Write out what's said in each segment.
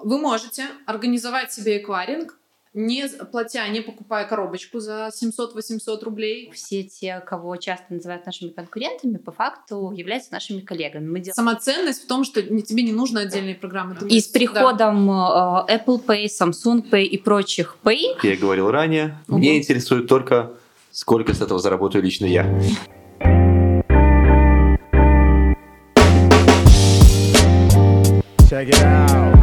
Вы можете организовать себе эквайринг, не покупая коробочку за 700-800 рублей. Все те, кого часто называют нашими конкурентами, по факту являются нашими коллегами. Самоценность в том, что тебе не нужно отдельные программы. И с приходом Apple Pay, Samsung Pay и прочих Pay... Я говорил ранее, меня интересует только, сколько с этого заработаю лично я. Check it out.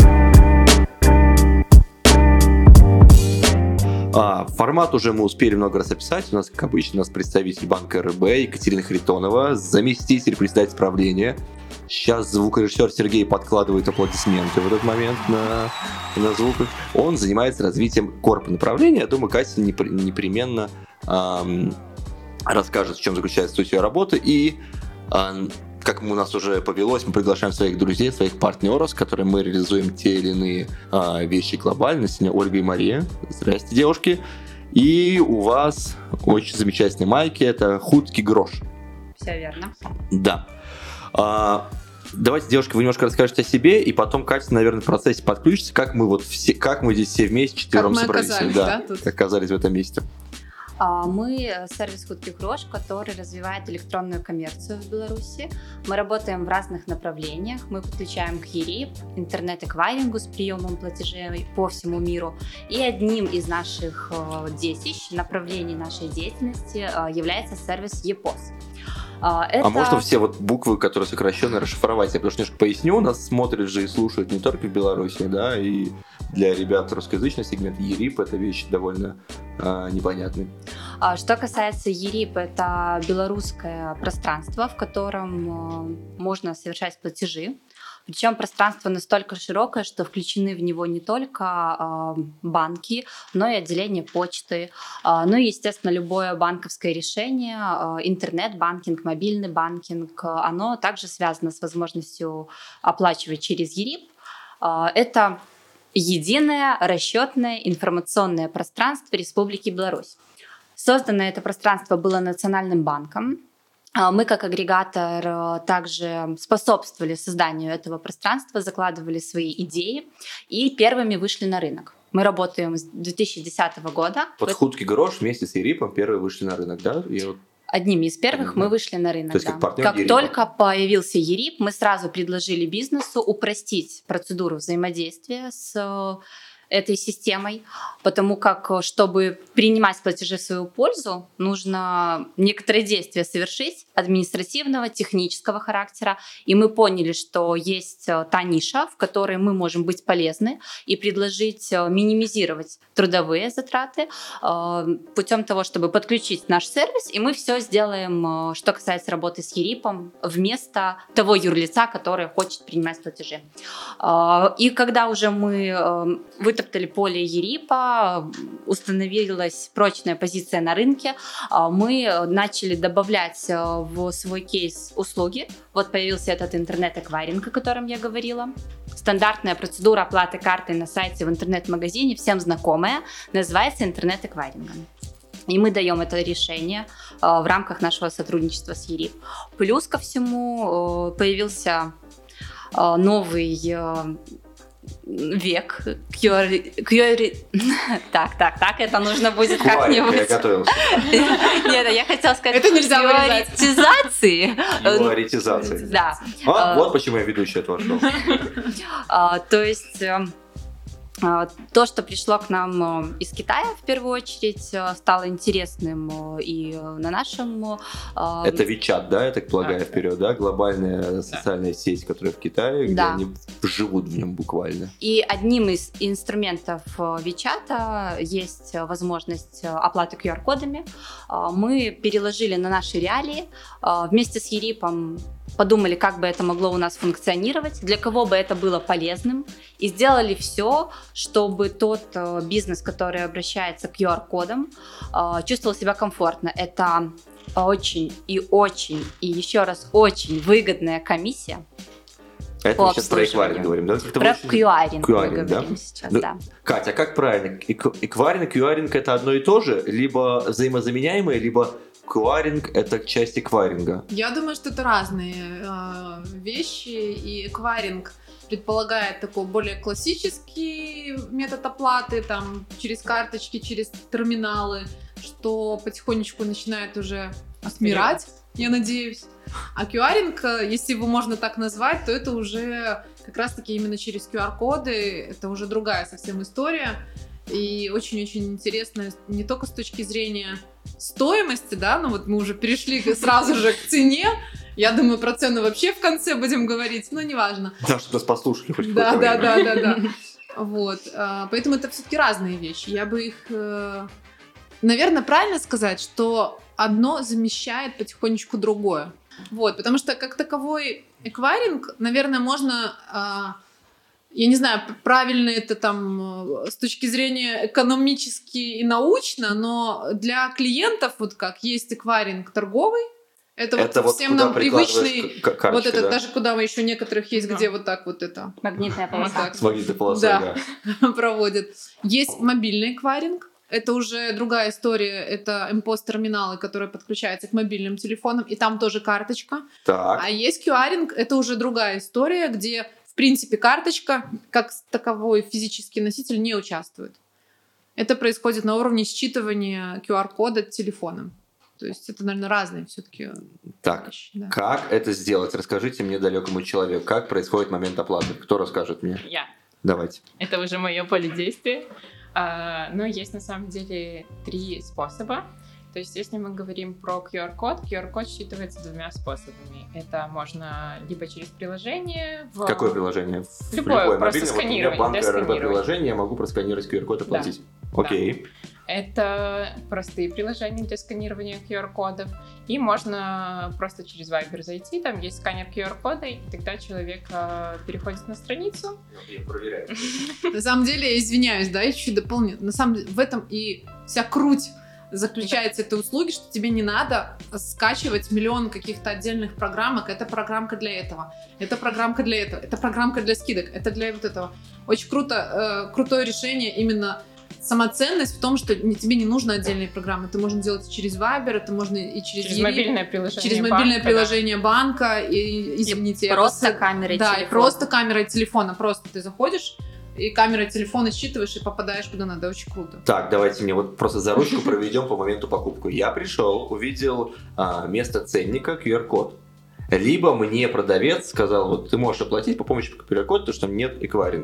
Формат уже мы успели много раз описать. У нас, как обычно, у нас представитель банка РБ Екатерина Харитонова, заместитель председателя правления. Сейчас звукорежиссер Сергей подкладывает аплодисменты в этот момент на звуках. Он занимается развитием корп-направления. Я думаю, Катя непременно расскажет, в чем заключается суть ее работы. И как у нас уже повелось, мы приглашаем своих друзей, своих партнеров, с которыми мы реализуем те или иные вещи глобально. Сегодня Ольга и Мария. Здрасте, девушки. И у вас очень замечательные майки. Это «Худкий грош». Все верно. Да. Давайте, девушки, вы немножко расскажете о себе, и потом Катя, наверное, в процессе подключится, как мы здесь все вместе четвером собрались. Как оказались в этом месте. Мы сервис «Худкий грош», который развивает электронную коммерцию в Беларуси. Мы работаем в разных направлениях. Мы подключаем к ЕРИП, интернет-эквайрингу с приемом платежей по всему миру. И одним из наших детищ, направлений нашей деятельности является сервис ЕПОС. Можно все буквы, которые сокращенно, расшифровать? Я немножко поясню. Нас смотрят же и слушают не только в Беларуси, да, и для ребят русскоязычного сегмента ЕРИП это вещь довольно непонятная. Что касается ЕРИП, это белорусское пространство, в котором можно совершать платежи. Причем пространство настолько широкое, что включены в него не только банки, но и отделение почты, ну и, естественно, любое банковское решение, интернет-банкинг, мобильный банкинг, оно также связано с возможностью оплачивать через ЕРИП. Это единое расчетное информационное пространство Республики Беларусь. Создано это пространство было Национальным банком. Мы, как агрегатор, также способствовали созданию этого пространства, закладывали свои идеи и первыми вышли на рынок. Мы работаем с 2010 года. «Худкий грош» вместе с ЕРИПом первые вышли на рынок, да? Одними из первых мы вышли на рынок. То есть, как только появился ЕРИП, мы сразу предложили бизнесу упростить процедуру взаимодействия с этой системой, потому как, чтобы принимать платежи в свою пользу, нужно некоторые действия совершить административного, технического характера, и мы поняли, что есть та ниша, в которой мы можем быть полезны и предложить минимизировать трудовые затраты путем того, чтобы подключить наш сервис, и мы все сделаем, что касается работы с ЕРИПом, вместо того юрлица, который хочет принимать платежи. И когда уже мы вытоптали поле ЕРИПа, установилась прочная позиция на рынке, мы начали добавлять в свой кейс услуги. Вот появился этот интернет-эквайринг, о котором я говорила. Стандартная процедура оплаты картой на сайте в интернет-магазине, всем знакомая, называется интернет-эквайрингом. И мы даем это решение в рамках нашего сотрудничества с ЕРИП. Плюс ко всему появился новый век Так, это нужно будет как-нибудь. Я готовился. Нет, я хотела сказать, это нельзя приоритизации. Приоритизации. Да. Вот почему я ведущий этого шоу. То есть то, что пришло к нам из Китая, в первую очередь, стало интересным и на нашем... Это WeChat, да, я так полагаю, вперед, да? Глобальная социальная сеть, которая в Китае, где они живут в нем буквально. И одним из инструментов WeChat есть возможность оплаты QR-кодами. Мы переложили на наши реалии вместе с ЕРИПом, подумали, как бы это могло у нас функционировать, для кого бы это было полезным, и сделали все, чтобы тот бизнес, который обращается к QR-кодам, чувствовал себя комфортно. Это очень, еще раз, очень выгодная комиссия. Это мы сейчас про эквайринг говорим, да? Про QR-инг мы говорим сейчас, да. Катя, а как правильно? Эквайринг, QR-инг это одно и то же? Либо взаимозаменяемое, либо эквайринг – это часть эквайринга? Я думаю, что это разные вещи, и эквайринг предполагает такой более классический метод оплаты, там, через карточки, через терминалы, что потихонечку начинает уже отмирать, я надеюсь. А QR-инг, если его можно так назвать, то это уже как раз-таки именно через QR-коды, это уже другая совсем история. И очень-очень интересно не только с точки зрения стоимости, да, но вот мы уже перешли сразу же к цене. Я думаю, про цену вообще в конце будем говорить, но неважно. Да, чтобы нас послушали хоть Да. какое-то время. Вот. Поэтому это все-таки разные вещи. Я бы их... Наверное, правильно сказать, что одно замещает потихонечку другое. Вот, потому что как таковой эквайринг, наверное, можно... Я не знаю, правильно это там с точки зрения экономически и научно, но для клиентов вот как есть эквайринг торговый, это вот всем нам привычный, карточки, вот это да? даже куда мы еще некоторых есть, где вот так вот это. Магнитная полоса. С магнитной полосой, да. Проводят. Есть мобильный эквайринг. Это уже другая история. Это МПОС-терминалы, которые подключаются к мобильным телефонам, и там тоже карточка. Так. А есть QR-инг, это уже другая история, где, в принципе, карточка, как таковой физический носитель, не участвует. Это происходит на уровне считывания QR-кода телефоном. То есть это, наверное, разные все-таки вещи. Да. Как это сделать? Расскажите мне, далекому человеку, как происходит момент оплаты. Кто расскажет мне? Я. Давайте. Это уже мое поле действия. Но есть на самом деле 3 способа. То есть, если мы говорим про QR-код считывается 2 способами. Это можно либо через приложение. Какое приложение? Любое, просто мобильное. сканирование. Вот у меня для банк РБ приложение, я могу просканировать QR-код и платить. Да. Окей. Это простые приложения для сканирования QR-кодов. И можно просто через Viber зайти, там есть сканер QR-кода, и тогда человек переходит на страницу. Я проверяю. На самом деле, я извиняюсь, да, я чуть дополню. На самом деле, в этом и вся круть заключается этой услуги, что тебе не надо скачивать миллион каких-то отдельных программок. Это программка для этого, это программка для этого, это программка для скидок, это для вот этого. Очень круто, крутое решение именно. Сама ценность в том, что тебе не нужно отдельные программы. Это можно делать и через Viber, это можно и через мобильное приложение через банка, мобильное приложение банка. И, извините, и просто камерой телефона. Да, и просто камерой телефона. Просто ты заходишь, и камерой телефона считываешь и попадаешь куда надо. Очень круто. Так, давайте мне вот просто за ручку проведем по моменту покупки. Я пришел, увидел место ценника, QR-код. Либо мне продавец сказал, вот ты можешь оплатить по помощи QR-кода, потому что там нет эквайринга.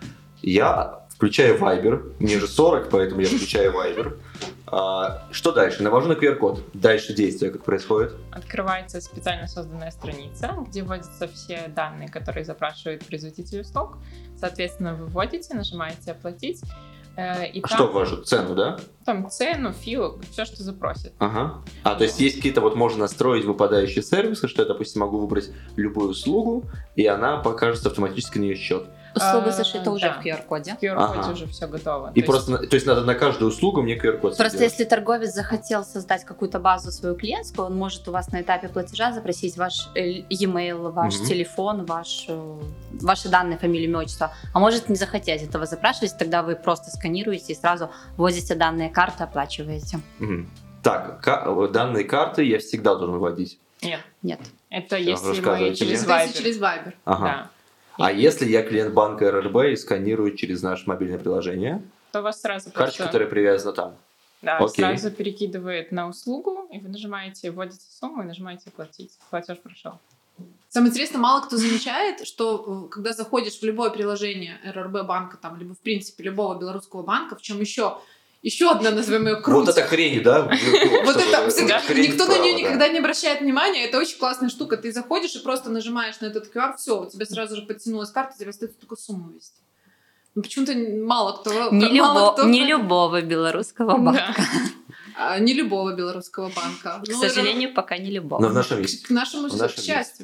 Я включаю Viber, мне же 40, поэтому я включаю Viber. Что дальше? Навожу на QR-код. Дальше действие как происходит? Открывается специально созданная страница, где вводятся все данные, которые запрашивает производитель услуг. Соответственно, вы вводите, нажимаете «Оплатить». И что ввожу? Цену, да? Там цену, фил, все, что запросят. Ага. То есть есть какие-то, вот можно настроить выпадающие сервисы, что я, допустим, могу выбрать любую услугу, и она покажется автоматически на ее счет. Услуга зашита уже да. в QR-коде. В QR-коде уже все готово. И то есть надо на каждую услугу мне QR-код Просто сделать. если торговец захотел создать какую-то базу свою клиентскую, он может у вас на этапе платежа запросить ваш e-mail, ваш телефон, ваши данные, фамилию, имя, отчество. А может не захотеть этого запрашивать, тогда вы просто сканируете и сразу вводите данные карты, оплачиваете. Так, данные карты я всегда должен вводить. Нет. Это если мы рассказывайте через мне. Viber. Через Viber. Ага. Да. А если я клиент банка РРБ и сканирую через наше мобильное приложение, то вас сразу карточка, которая привязана там. Да, Окей. сразу перекидывает на услугу, и вы нажимаете, вводите сумму и нажимаете «Оплатить». Платеж прошел. Самое интересное, мало кто замечает, что когда заходишь в любое приложение РРБ банка, там, либо в принципе любого белорусского банка, в чем еще одна, назовем ее, круть. Вот это хрень, да? Вот это хрень никто на нее справа, никогда не обращает внимания. Это очень классная штука. Ты заходишь и просто нажимаешь на этот QR, все, у тебя сразу же подтянулась карта, тебе остается только сумму ввести. Ну, почему-то мало кто... Не любого белорусского банка. Не любого белорусского банка. К сожалению, пока не любого. Но в нашем есть. К нашему счастью.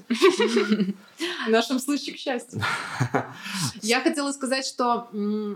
В нашем случае, к счастью. Я хотела сказать, что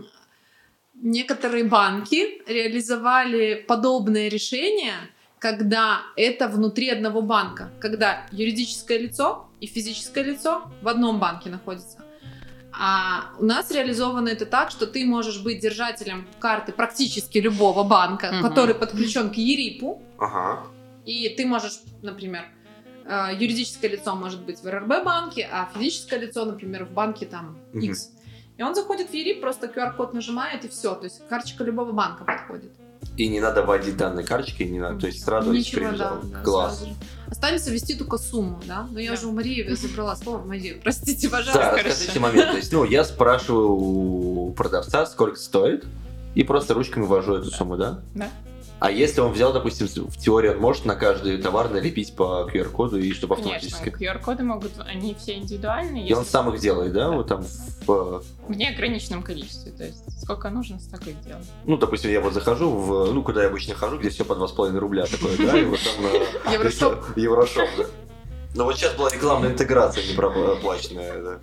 некоторые банки реализовали подобное решение, когда это внутри одного банка, когда юридическое лицо и физическое лицо в одном банке находятся. А у нас реализовано это так, что ты можешь быть держателем карты практически любого банка, который подключен к ЕРИПу, Ага. и ты можешь, например, юридическое лицо может быть в РРБ банке, а физическое лицо, например, в банке там X. И он заходит в ЕРИП, просто QR-код нажимает, и все. То есть карточка любого банка подходит. И не надо вводить данные карточки, не надо, то есть сразу ничего, да, класс. Останется ввести только сумму, да? Но я уже у Марии забрала слово. Мария, простите, пожалуйста. Да, расскажите момент. То есть, я спрашиваю у продавца, сколько стоит, и просто ручками ввожу эту сумму, да? Да. А если он взял, допустим, в теории он может на каждый товар налепить по QR-коду, и чтобы автоматически... Конечно, QR-коды могут, они все индивидуальные. И он сам их делает, да? Вот там в неограниченном количестве, то есть сколько нужно, столько их делать. Допустим, я вот захожу куда я обычно хожу, где все по 2,5 рубля такое, да, и вот там... Еврошоп, да. Но вот сейчас была рекламная интеграция непроплаченная, да.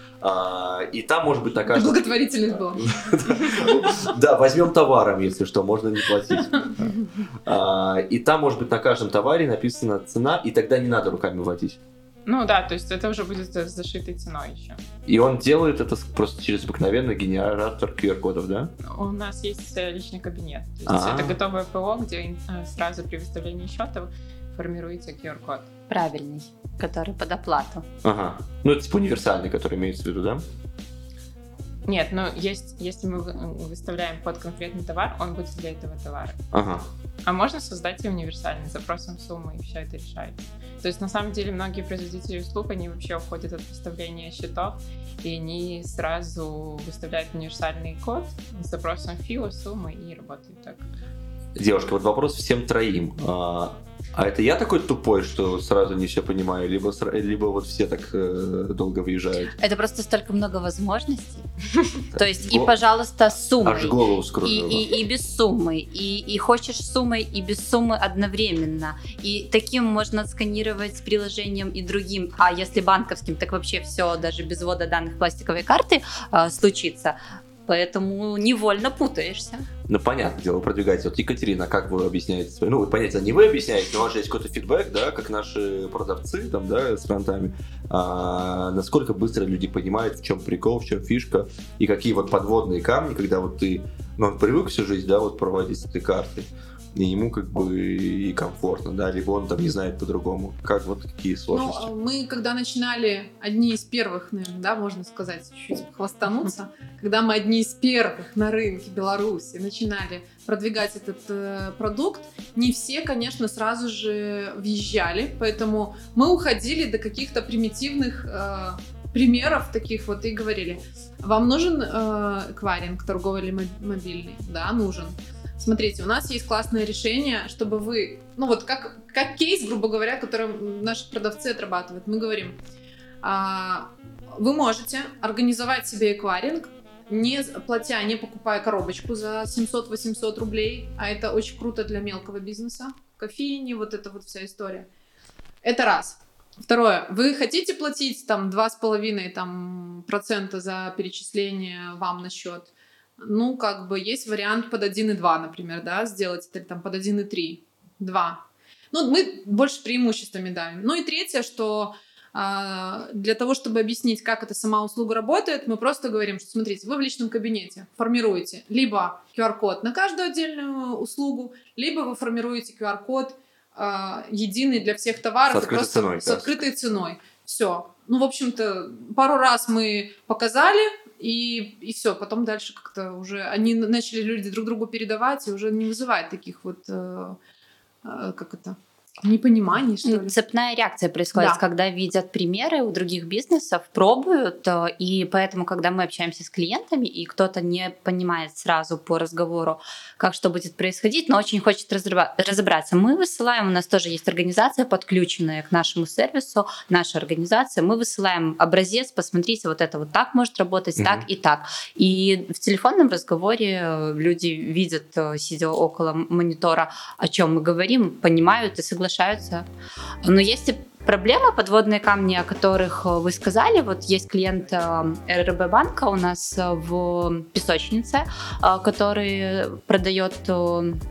И там может быть на каждом... Благотворительность была. Да, возьмем товаром, если что, можно не платить. И там может быть на каждом товаре написана цена, и тогда не надо руками вводить. Да, то есть это уже будет с зашитой ценой еще. И он делает это просто через обыкновенный генератор QR-кодов, да? У нас есть личный кабинет. То есть это готовое ПО, где сразу при выставлении счета формируется QR-код. Правильный, который под оплату. Ага. Это типа универсальный, который имеется в виду, да? Нет, если мы выставляем под конкретный товар, он будет для этого товара. Ага. А можно создать и универсальный, запросом суммы, и все это решается. То есть, на самом деле, многие производители услуг, они вообще уходят от выставления счетов, и они сразу выставляют универсальный код с запросом ФИО, суммы, и работают так. Девушка, вот вопрос всем троим. А это я такой тупой, что сразу не все понимаю, либо вот все так долго выезжают? Это просто столько много возможностей. То есть, и, пожалуйста, с суммой. Аж голову скрутило. И без суммы. И хочешь с суммой, и без суммы одновременно. И таким можно отсканировать с приложением и другим. А если банковским, так вообще все, даже без ввода данных пластиковой карты случится. Поэтому невольно путаешься. Понятное дело, продвигаете. Вот, Екатерина, как вы объясняете свои... понятно, не вы объясняете, но у вас же есть какой-то фидбэк, да, как наши продавцы, там, да, с фронтами. Насколько быстро люди понимают, в чем прикол, в чем фишка, и какие вот подводные камни, когда вот ты... он привык всю жизнь, да, вот проводить с этой картой, и ему как бы и комфортно, да, либо он там не знает по-другому. Как вот какие сложности? Мы, когда начинали, одни из первых, наверное, да, можно сказать, чуть-чуть хвастануться, когда мы одни из первых на рынке Беларуси начинали продвигать этот продукт, не все, конечно, сразу же въезжали, поэтому мы уходили до каких-то примитивных примеров таких вот и говорили, вам нужен эквайринг, торговый или мобильный? Да, нужен. Смотрите, у нас есть классное решение, чтобы вы, как кейс, грубо говоря, которым наши продавцы отрабатывают. Мы говорим, вы можете организовать себе эквайринг, не платя, не покупая коробочку за 700-800 рублей, а это очень круто для мелкого бизнеса, кофейни, вот эта вот вся история. Это раз. Второе, вы хотите платить там 2,5% за перечисление вам на счет? Есть вариант под 1,2, например, да, сделать это там под 1,3, 2. Мы больше преимуществами давим. И третье, что для того, чтобы объяснить, как эта сама услуга работает, мы просто говорим, что, смотрите, вы в личном кабинете формируете либо QR-код на каждую отдельную услугу, либо вы формируете QR-код единый для всех товаров с открытой ценой. Все. В общем-то, пару раз мы показали, и все, потом дальше как-то уже они начали люди друг другу передавать, и уже не вызывает таких вот, непониманий, что ли. Цепная реакция происходит, да, когда видят примеры у других бизнесов, пробуют, и поэтому, когда мы общаемся с клиентами, и кто-то не понимает сразу по разговору, как что будет происходить, но очень хочет разобраться, мы высылаем, у нас тоже есть организация, подключенная к нашему сервису, наша организация, мы высылаем образец, посмотрите, вот это вот так может работать, так и так. И в телефонном разговоре люди видят, сидя около монитора, о чем мы говорим, понимают и соглашаются. Но есть и проблемы, подводные камни, о которых вы сказали. Вот есть клиент РРБ банка у нас в песочнице, который продает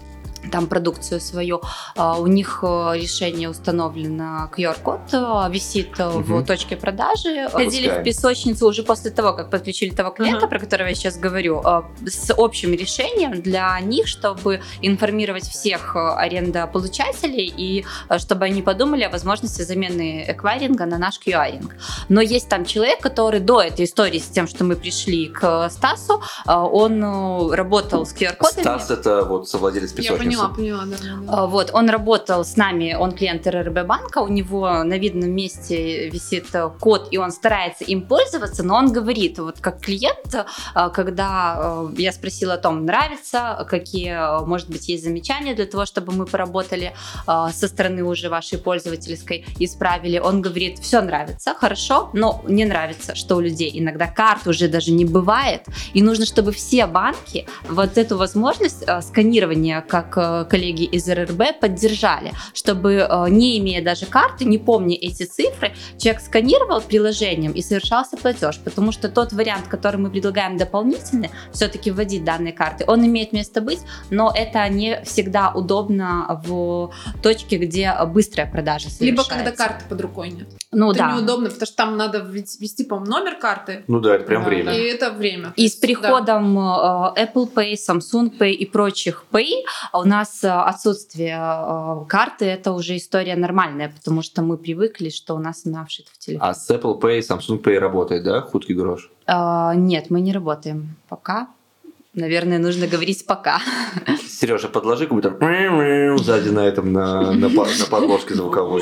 там продукцию свою, у них решение установлено, QR-код висит в точке продажи. Ходили в песочницу уже после того, как подключили того клиента, про которого я сейчас говорю, с общим решением для них, чтобы информировать всех арендополучателей и чтобы они подумали о возможности замены эквайринга на наш QR-инг. Но есть там человек, который до этой истории с тем, что мы пришли к Стасу, он работал с QR-кодами. Стас — это вот совладелец песочницы. Я поняла, да. Вот, он работал с нами, он клиент РРБ банка, у него на видном месте висит код, и он старается им пользоваться, но он говорит, вот как клиент, когда я спросила о том, нравится, какие, может быть, есть замечания для того, чтобы мы поработали со стороны уже вашей пользовательской, исправили, он говорит, все нравится, хорошо, но не нравится, что у людей иногда карт уже даже не бывает, и нужно, чтобы все банки вот эту возможность сканирования, как коллеги из РРБ, поддержали, чтобы, не имея даже карты, не помня эти цифры, человек сканировал приложением и совершался платеж, потому что тот вариант, который мы предлагаем дополнительный, все-таки вводить данные карты, он имеет место быть, но это не всегда удобно в точке, где быстрая продажа совершается. Либо когда карты под рукой нет. Ну это да. неудобно, потому что там надо ввести, по-моему, номер карты. Ну да, это прям Да, время. И это время. И с приходом Apple Pay, Samsung Pay и прочих Pay у нас отсутствие карты — это уже история нормальная, потому что мы привыкли, что у нас она вшита в телефон. А с Apple Pay, Samsung Pay работает, да? Худкий грош. Нет, мы не работаем пока. Наверное, нужно говорить пока. Сережа, подложи какой-то сзади на этом, на подложке звуковой.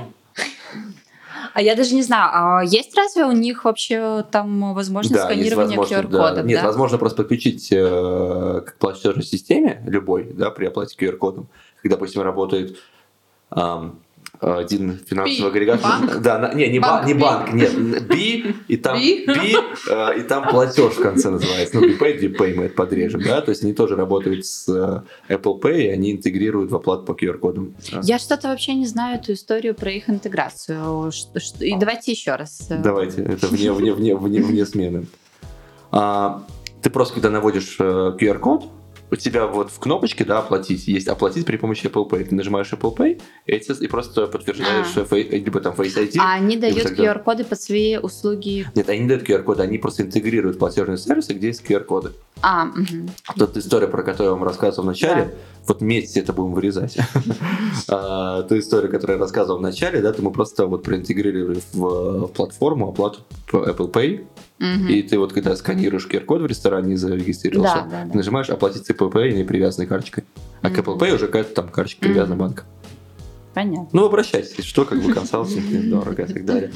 А я даже не знаю, а есть разве у них вообще там возможность сканирования QR-кодов? Да. Нет, возможно просто подключить к платежной системе любой, да, при оплате QR-кодом. Когда, допустим, работает один финансовый агрегат. Банк? Да, не банк, нет. B, и там платеж в конце называется. Ну, BPay мы это подрежем, да. То есть они тоже работают с Apple Pay, и они интегрируют в оплату по QR-кодам. Я что-то вообще не знаю эту историю про их интеграцию. И давайте еще раз. Давайте, это вне смены. Ты просто, когда наводишь QR-код, у тебя вот в кнопочке, да, оплатить, есть оплатить при помощи Apple Pay. Ты нажимаешь Apple Pay и просто подтверждаешь либо там Face ID. А они дают QR-коды под свои услуги? Нет, они не дают QR-коды, они просто интегрируют платежные сервисы, где есть QR-коды. Вот история, про которую я вам рассказывал в начале, вот вместе это будем вырезать. Ту историю, которую я рассказывал в начале, да, то мы просто вот проинтегрировали в платформу оплату по Apple Pay. И ты вот когда сканируешь QR-код в ресторане и зарегистрировался, нажимаешь оплатить с Apple Pay не привязанной карточкой. А к Apple Pay уже какая-то там карточка привязана банка. Понятно. Ну, обращайтесь, если что, как бы консалтинг недорого и так далее.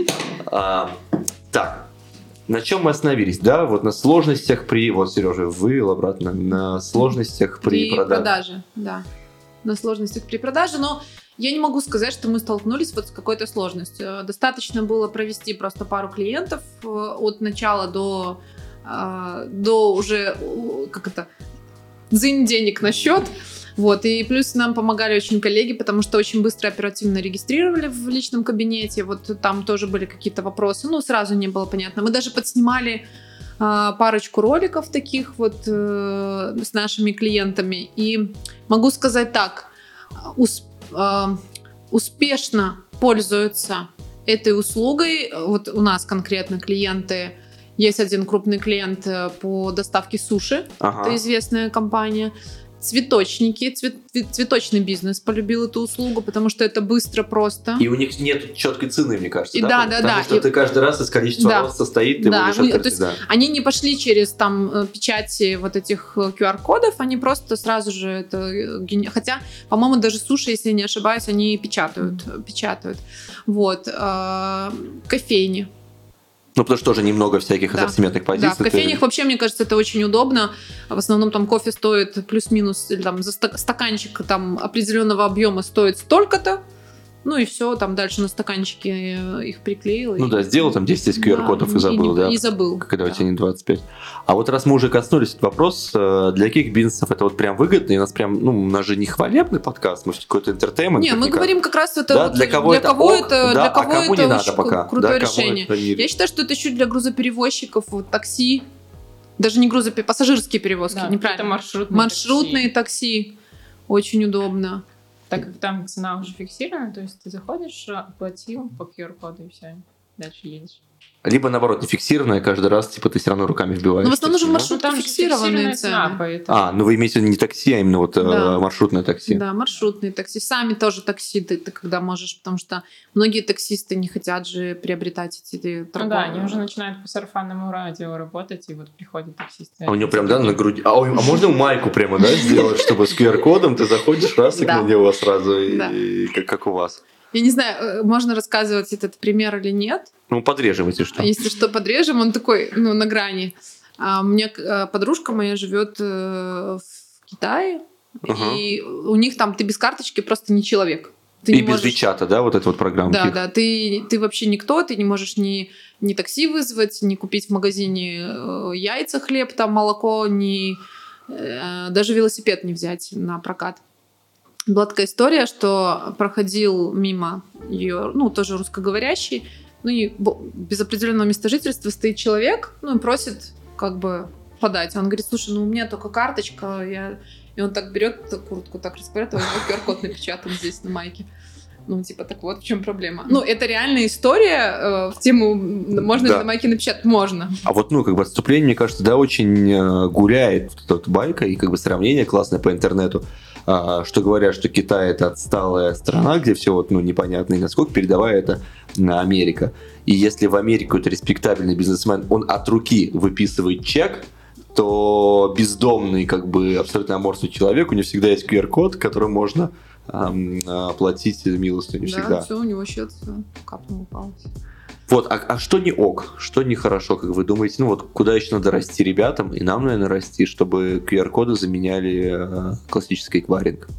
Так, на чем мы остановились? Да, вот на сложностях при... Вот, Сережа, вывел обратно. На сложностях при продаже. Да. На сложностях при продаже, но я не могу сказать, что мы столкнулись вот с какой-то сложностью. Достаточно было провести просто пару клиентов от начала до уже, дзынь денег на счет. Вот, и плюс нам помогали очень коллеги, потому что очень быстро и оперативно регистрировали в личном кабинете. Вот там тоже были какие-то вопросы, сразу не было понятно. Мы даже подснимали парочку роликов таких вот с нашими клиентами. И могу сказать так, успешно пользуются этой услугой. Вот у нас конкретно клиенты, есть один крупный клиент по доставке суши, это известная компания. Цветочники, цветочный бизнес полюбил эту услугу, потому что это быстро, просто. И у них нет четкой цены, мне кажется. Потому что ты каждый раз из количества рост состоит, ты будешь открыть. То есть они не пошли через там печати вот этих QR-кодов, они просто сразу же это... Хотя, по-моему, даже суши, если я не ошибаюсь, они печатают. Вот. Кофейни. Ну, потому что тоже немного всяких ассортиментных позиций. Да, в кофейнях вообще, мне кажется, это очень удобно. В основном там кофе стоит плюс-минус, или там за стаканчик там определенного объема стоит столько-то. Ну и все, там дальше на стаканчике их приклеил. Ну да, сделал там 10 QR-кодов и забыл, да? И забыл. Когда у тебя не 25. А вот раз мы уже коснулись этот вопрос, для каких бизнесов это вот прям выгодно? И у нас прям, у нас же не хвалебный подкаст, мы какой-то интертеймент. Не, мы говорим как раз это да, для кого это очень надо пока. Крутое решение. Я считаю, что это еще для грузоперевозчиков, вот, такси, даже не пассажирские перевозки, неправильно. Это маршрутные Маршрутные такси. Очень удобно. Так как там цена уже фиксирована, то есть ты заходишь, оплатил по QR-коду и все, дальше едешь. Либо, наоборот, не фиксированная, каждый раз, типа, ты все равно руками вбиваешь. Ну, в основном же да? маршрут там же фиксированные цена, цены. поэтому... Ну вы имеете в виду не такси, а именно вот Да. маршрутное такси. Да, маршрутные такси. Сами тоже такси ты когда можешь, потому что многие таксисты не хотят же приобретать эти торговые. Ну да, они уже начинают по сарафанному радио работать, и вот приходят таксисты. А у него прям, да, на груди... А можно майку прямо, да, сделать, чтобы с QR-кодом ты заходишь раз и Да. на него сразу, Да. и как у вас? Я не знаю, можно рассказывать этот пример или нет. Ну, подрежем, если что. А если что, подрежем, он такой, на грани. У меня подружка моя живет в Китае, Ага. и у них там ты без карточки просто не человек. Ты И не без можешь... Вичата, да, вот эта вот программки? Да, ты вообще никто, ты не можешь ни такси вызвать, ни купить в магазине яйца, хлеб, там, молоко, даже велосипед не взять на прокат. Была такая история, что проходил мимо ее, тоже русскоговорящий, и без определенного места жительства стоит человек, и просит как бы подать. Он говорит: слушай, у меня только карточка, и он так берет куртку, так распорядок, QR-код напечатан здесь на майке. Так вот, в чем проблема. Это реальная история, в тему можно Да. на майке напечатать? Можно. А вот, отступление, мне кажется, да, очень гуляет вот эта байка, и сравнение классное по интернету, что говорят, что Китай — это отсталая страна, где все непонятно, и насколько передовая это Америка. И если в Америку это респектабельный бизнесмен, он от руки выписывает чек, то бездомный, абсолютно аморфный человек, у него всегда есть QR-код, которым можно платить милостыню всегда. Да, все, у него счет капнул, упал. Вот, а что не ок, что нехорошо, как вы думаете? Куда еще надо расти ребятам, и нам, наверное, расти, чтобы QR-коды заменяли классический эквайринг?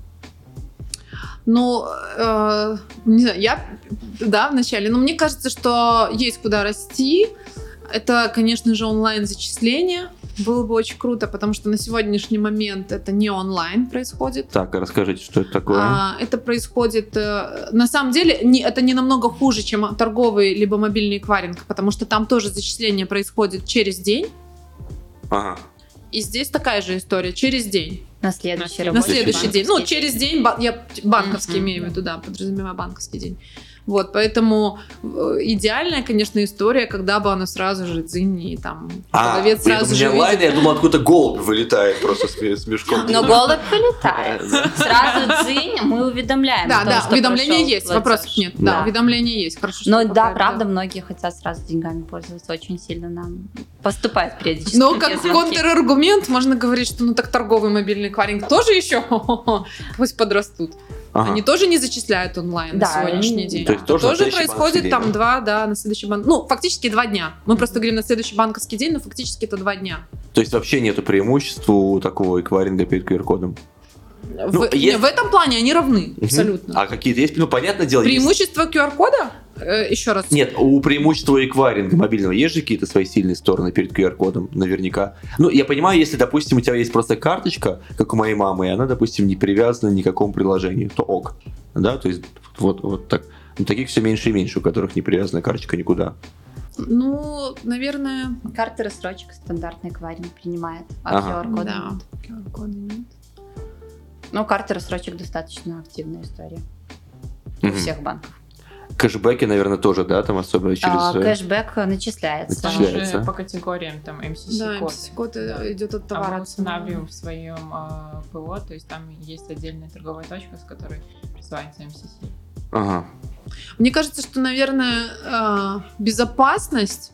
Не знаю, вначале. Но мне кажется, что есть куда расти. Это, конечно же, онлайн-зачисление. Было бы очень круто, потому что на сегодняшний момент это не онлайн происходит. Так, расскажите, что это такое? Это происходит... На самом деле, это не намного хуже, чем торговый либо мобильный эквайринг, потому что там тоже зачисление происходит через день. Ага. И здесь такая же история, через день. На следующий На рабочий следующий день. банковский Через день, я банковский имею в виду, подразумеваю банковский день. Вот, поэтому идеальная, конечно, история, когда бы оно сразу же дзынь, и там продавец сразу же видит. Я думал, откуда голубь вылетает просто с мешком. Но голубь вылетает. Сразу дзынь, мы уведомляем. о том, Да, что уведомления прошел есть, платеж. вопросов нет. Да, уведомления есть. Хорошо, что Но вы да, поправили, правда, многие хотят сразу деньгами пользоваться. Очень сильно нам поступает периодически. Но как такие звонки. контраргумент можно говорить, что так торговый мобильный эквайринг тоже еще пусть подрастут. Ага. Они тоже не зачисляют онлайн на Да, сегодняшний они- день. То есть тоже на следующий происходит банковский там день, на следующий фактически 2 дня. Мы просто говорим на следующий банковский день, но фактически это 2 дня. То есть вообще нету преимущества у такого эквайринга перед QR-кодом? В этом плане они равны, абсолютно. А какие-то есть? Понятное дело, есть... Преимущество QR-кода? Еще раз. Нет, у преимущества эквайринга мобильного есть же какие-то свои сильные стороны перед QR-кодом, наверняка. Я понимаю, если, допустим, у тебя есть просто карточка, как у моей мамы, и она, допустим, не привязана ни к какому приложению, то ок. Да, то есть вот так. Таких все меньше и меньше, у которых не привязана карточка никуда. Наверное... Карты рассрочек стандартный эквайринг принимает, Ага. QR-кода Да, нет. QR-кода нет. Но карты рассрочек достаточно активная история у Мгм. всех банков. Кэшбэки, наверное, тоже, да, там особо через... Кэшбэк начисляется. Там Начисляется. уже по категориям, там MCC Да, код. MCC-код идет от А товара. мы устанавливаем в своем ПО, то есть там есть отдельная торговая точка, с которой присваивается MCC. Ага. Мне кажется, что, наверное, безопасность,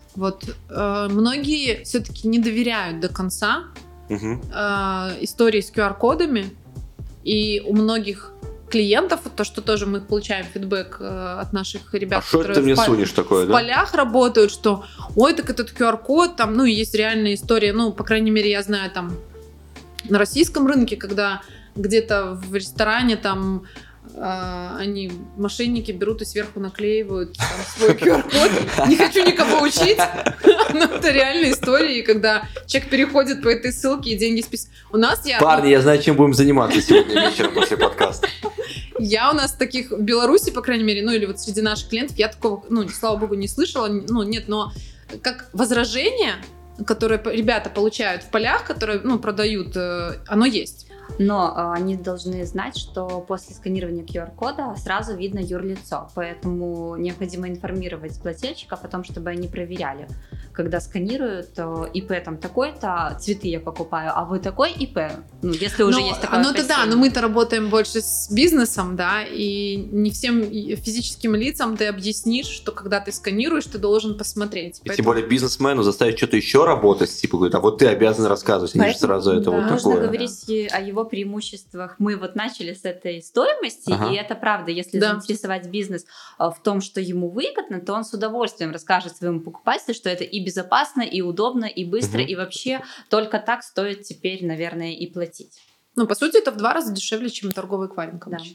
многие все-таки не доверяют до конца Мгм. истории с QR-кодами, и у многих клиентов, то, что тоже мы получаем фидбэк от наших ребят, А что это ты мне сунешь такое, в да? полях работают, что ой, так этот QR-код, там, и есть реальная история, по крайней мере, я знаю, там, на российском рынке, когда где-то в ресторане там они, мошенники, берут и сверху наклеивают там свой QR-код. Не хочу никого учить, но это реальная история, и когда человек переходит по этой ссылке и деньги списывают. У нас Парни, я знаю, чем будем заниматься сегодня вечером после подкаста. Я у нас таких в Беларуси, по крайней мере, или среди наших клиентов, я такого, слава богу, не слышала, нет, но как возражение, которое ребята получают в полях, которые, продают, оно есть. Но они должны знать, что после сканирования QR-кода сразу видно юрлицо, поэтому необходимо информировать плательщиков о том, чтобы они проверяли, когда сканируют ИП там такой-то, цветы я покупаю, а вы такой ИП, ну, если уже есть такое Ну, это да, но мы-то работаем больше с бизнесом, да, и не всем физическим лицам ты объяснишь, что когда ты сканируешь, ты должен посмотреть. И тем более бизнесмену заставить что-то еще работать, типа, говорит, а вот ты обязан рассказывать, они же сразу это вот нужно такое. говорить о его преимуществах. Мы вот начали с этой стоимости, и это правда, если заинтересовать бизнес в том, что ему выгодно, то он с удовольствием расскажет своему покупателю, что это и безопасно, и удобно, и быстро, и вообще только так стоит теперь, наверное, и платить. Ну, по сути, это в 2 раза дешевле, чем торговый эквайринг. Да.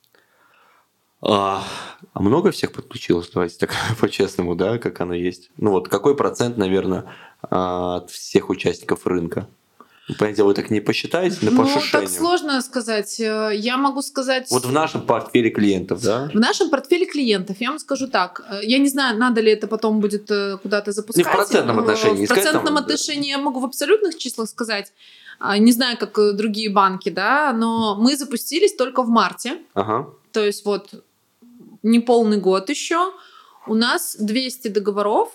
А много всех подключилось, давайте так по-честному, да, как оно есть? Ну вот какой процент, наверное, от всех участников рынка? Понятное дело, вы так не посчитаете, но по ощущениям. Так сложно сказать. Я могу сказать... Вот в нашем портфеле клиентов, да? В нашем портфеле клиентов, я вам скажу так, я не знаю, надо ли это потом будет куда-то запускать. Не в процентном отношении. В процентном отношении я могу в абсолютных числах сказать. Не знаю, как другие банки, да, но мы запустились только в марте. Ага. То есть вот не полный год еще. У нас 200 договоров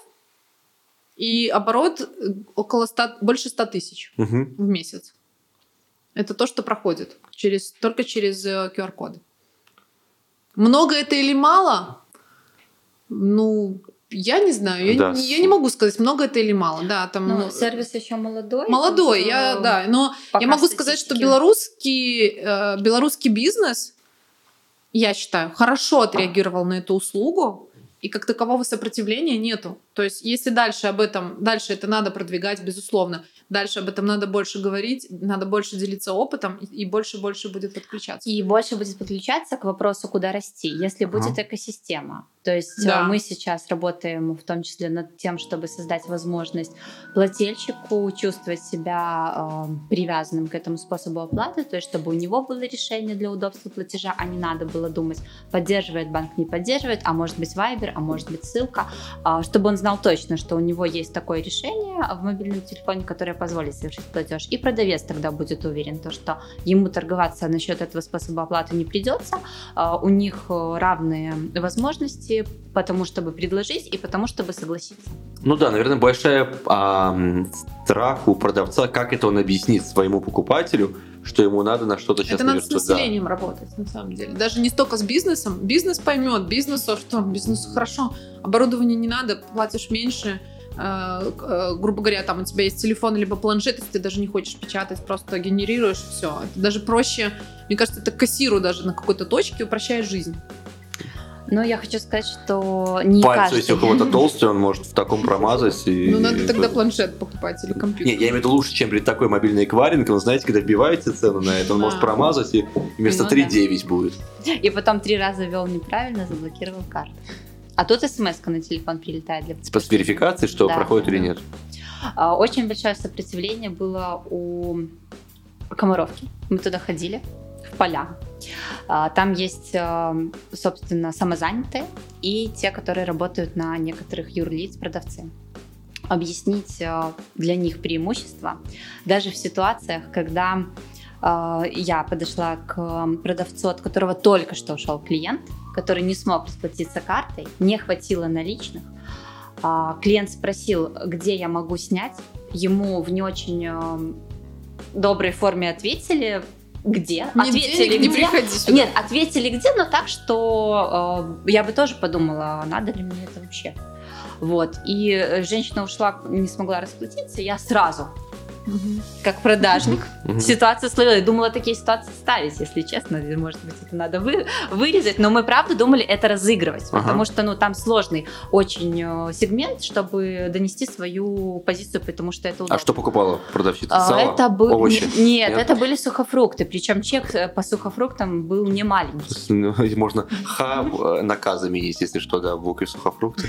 и оборот около больше 100 тысяч в месяц. Это то, что проходит только через QR-коды. Много это или мало? Ну, я не знаю. Я не могу сказать, много это или мало. Да, там, сервис еще молодой. Молодой, но я могу сказать, что белорусский бизнес, я считаю, хорошо отреагировал на эту услугу, и как такового сопротивления нету. То есть, если дальше это надо продвигать, безусловно, дальше об этом надо больше говорить, надо больше делиться опытом, и больше будет подключаться. И больше будет подключаться к вопросу, куда расти, если будет экосистема. То есть мы сейчас работаем в том числе над тем, чтобы создать возможность плательщику чувствовать себя привязанным к этому способу оплаты, то есть чтобы у него было решение для удобства платежа, а не надо было думать, поддерживает банк, не поддерживает, а может быть Viber, а может быть ссылка, чтобы он знал точно, что у него есть такое решение в мобильном телефоне, которое позволит совершить платеж. И продавец тогда будет уверен, что ему торговаться насчет этого способа оплаты не придется, у них равные возможности, потому чтобы предложить и потому чтобы согласиться. Ну да, наверное, большая страх у продавца, как это он объяснит своему покупателю, что ему надо на что-то сейчас наверное, с населением работать, на самом деле. Даже не столько с бизнесом. Бизнес поймет, бизнесу хорошо, оборудование не надо, платишь меньше. Грубо говоря, там у тебя есть телефон либо планшет, если ты даже не хочешь печатать, просто генерируешь, все. Это даже проще, мне кажется, это кассиру даже на какой-то точке упрощает жизнь. Но я хочу сказать, что не пальцы, каждый... если у кого-то толстый, он может в таком промазать. Ну, надо тогда планшет покупать или компьютер. Не, я имею в виду лучше, чем такой мобильный эквайринг. Он, знаете, когда вбиваете цену на это, он может промазать, и вместо 3,9 будет. И потом 3 раза ввел неправильно, заблокировал карту. А тут смс-ка на телефон прилетает. Типа с верификацией, что проходит или нет. Очень большое сопротивление было у Комаровки. Мы туда ходили, в поля. Там есть, собственно, самозанятые и те, которые работают на некоторых юрлиц, продавцы. Объяснить для них преимущества, даже в ситуациях, когда я подошла к продавцу, от которого только что ушел клиент, который не смог расплатиться картой, не хватило наличных. Клиент спросил, где я могу снять. Ему в не очень доброй форме ответили, где. Ответили, не приходи сюда. Нет, ответили где, но так, что я бы тоже подумала, надо ли мне это вообще. Вот. И женщина ушла, не смогла расплатиться, я сразу, как продажник, ситуацию словила. Я думала такие ситуации ставить, если честно. Может быть, это надо вырезать. Но мы, правда, думали это разыгрывать. Потому что там сложный очень сегмент, чтобы донести свою позицию, потому что это удобно. А что покупала продавщица? Сало? Овощи? Нет, это были сухофрукты. Причем чек по сухофруктам был не маленький. Можно на заменить, если что, да, булки сухофрукты.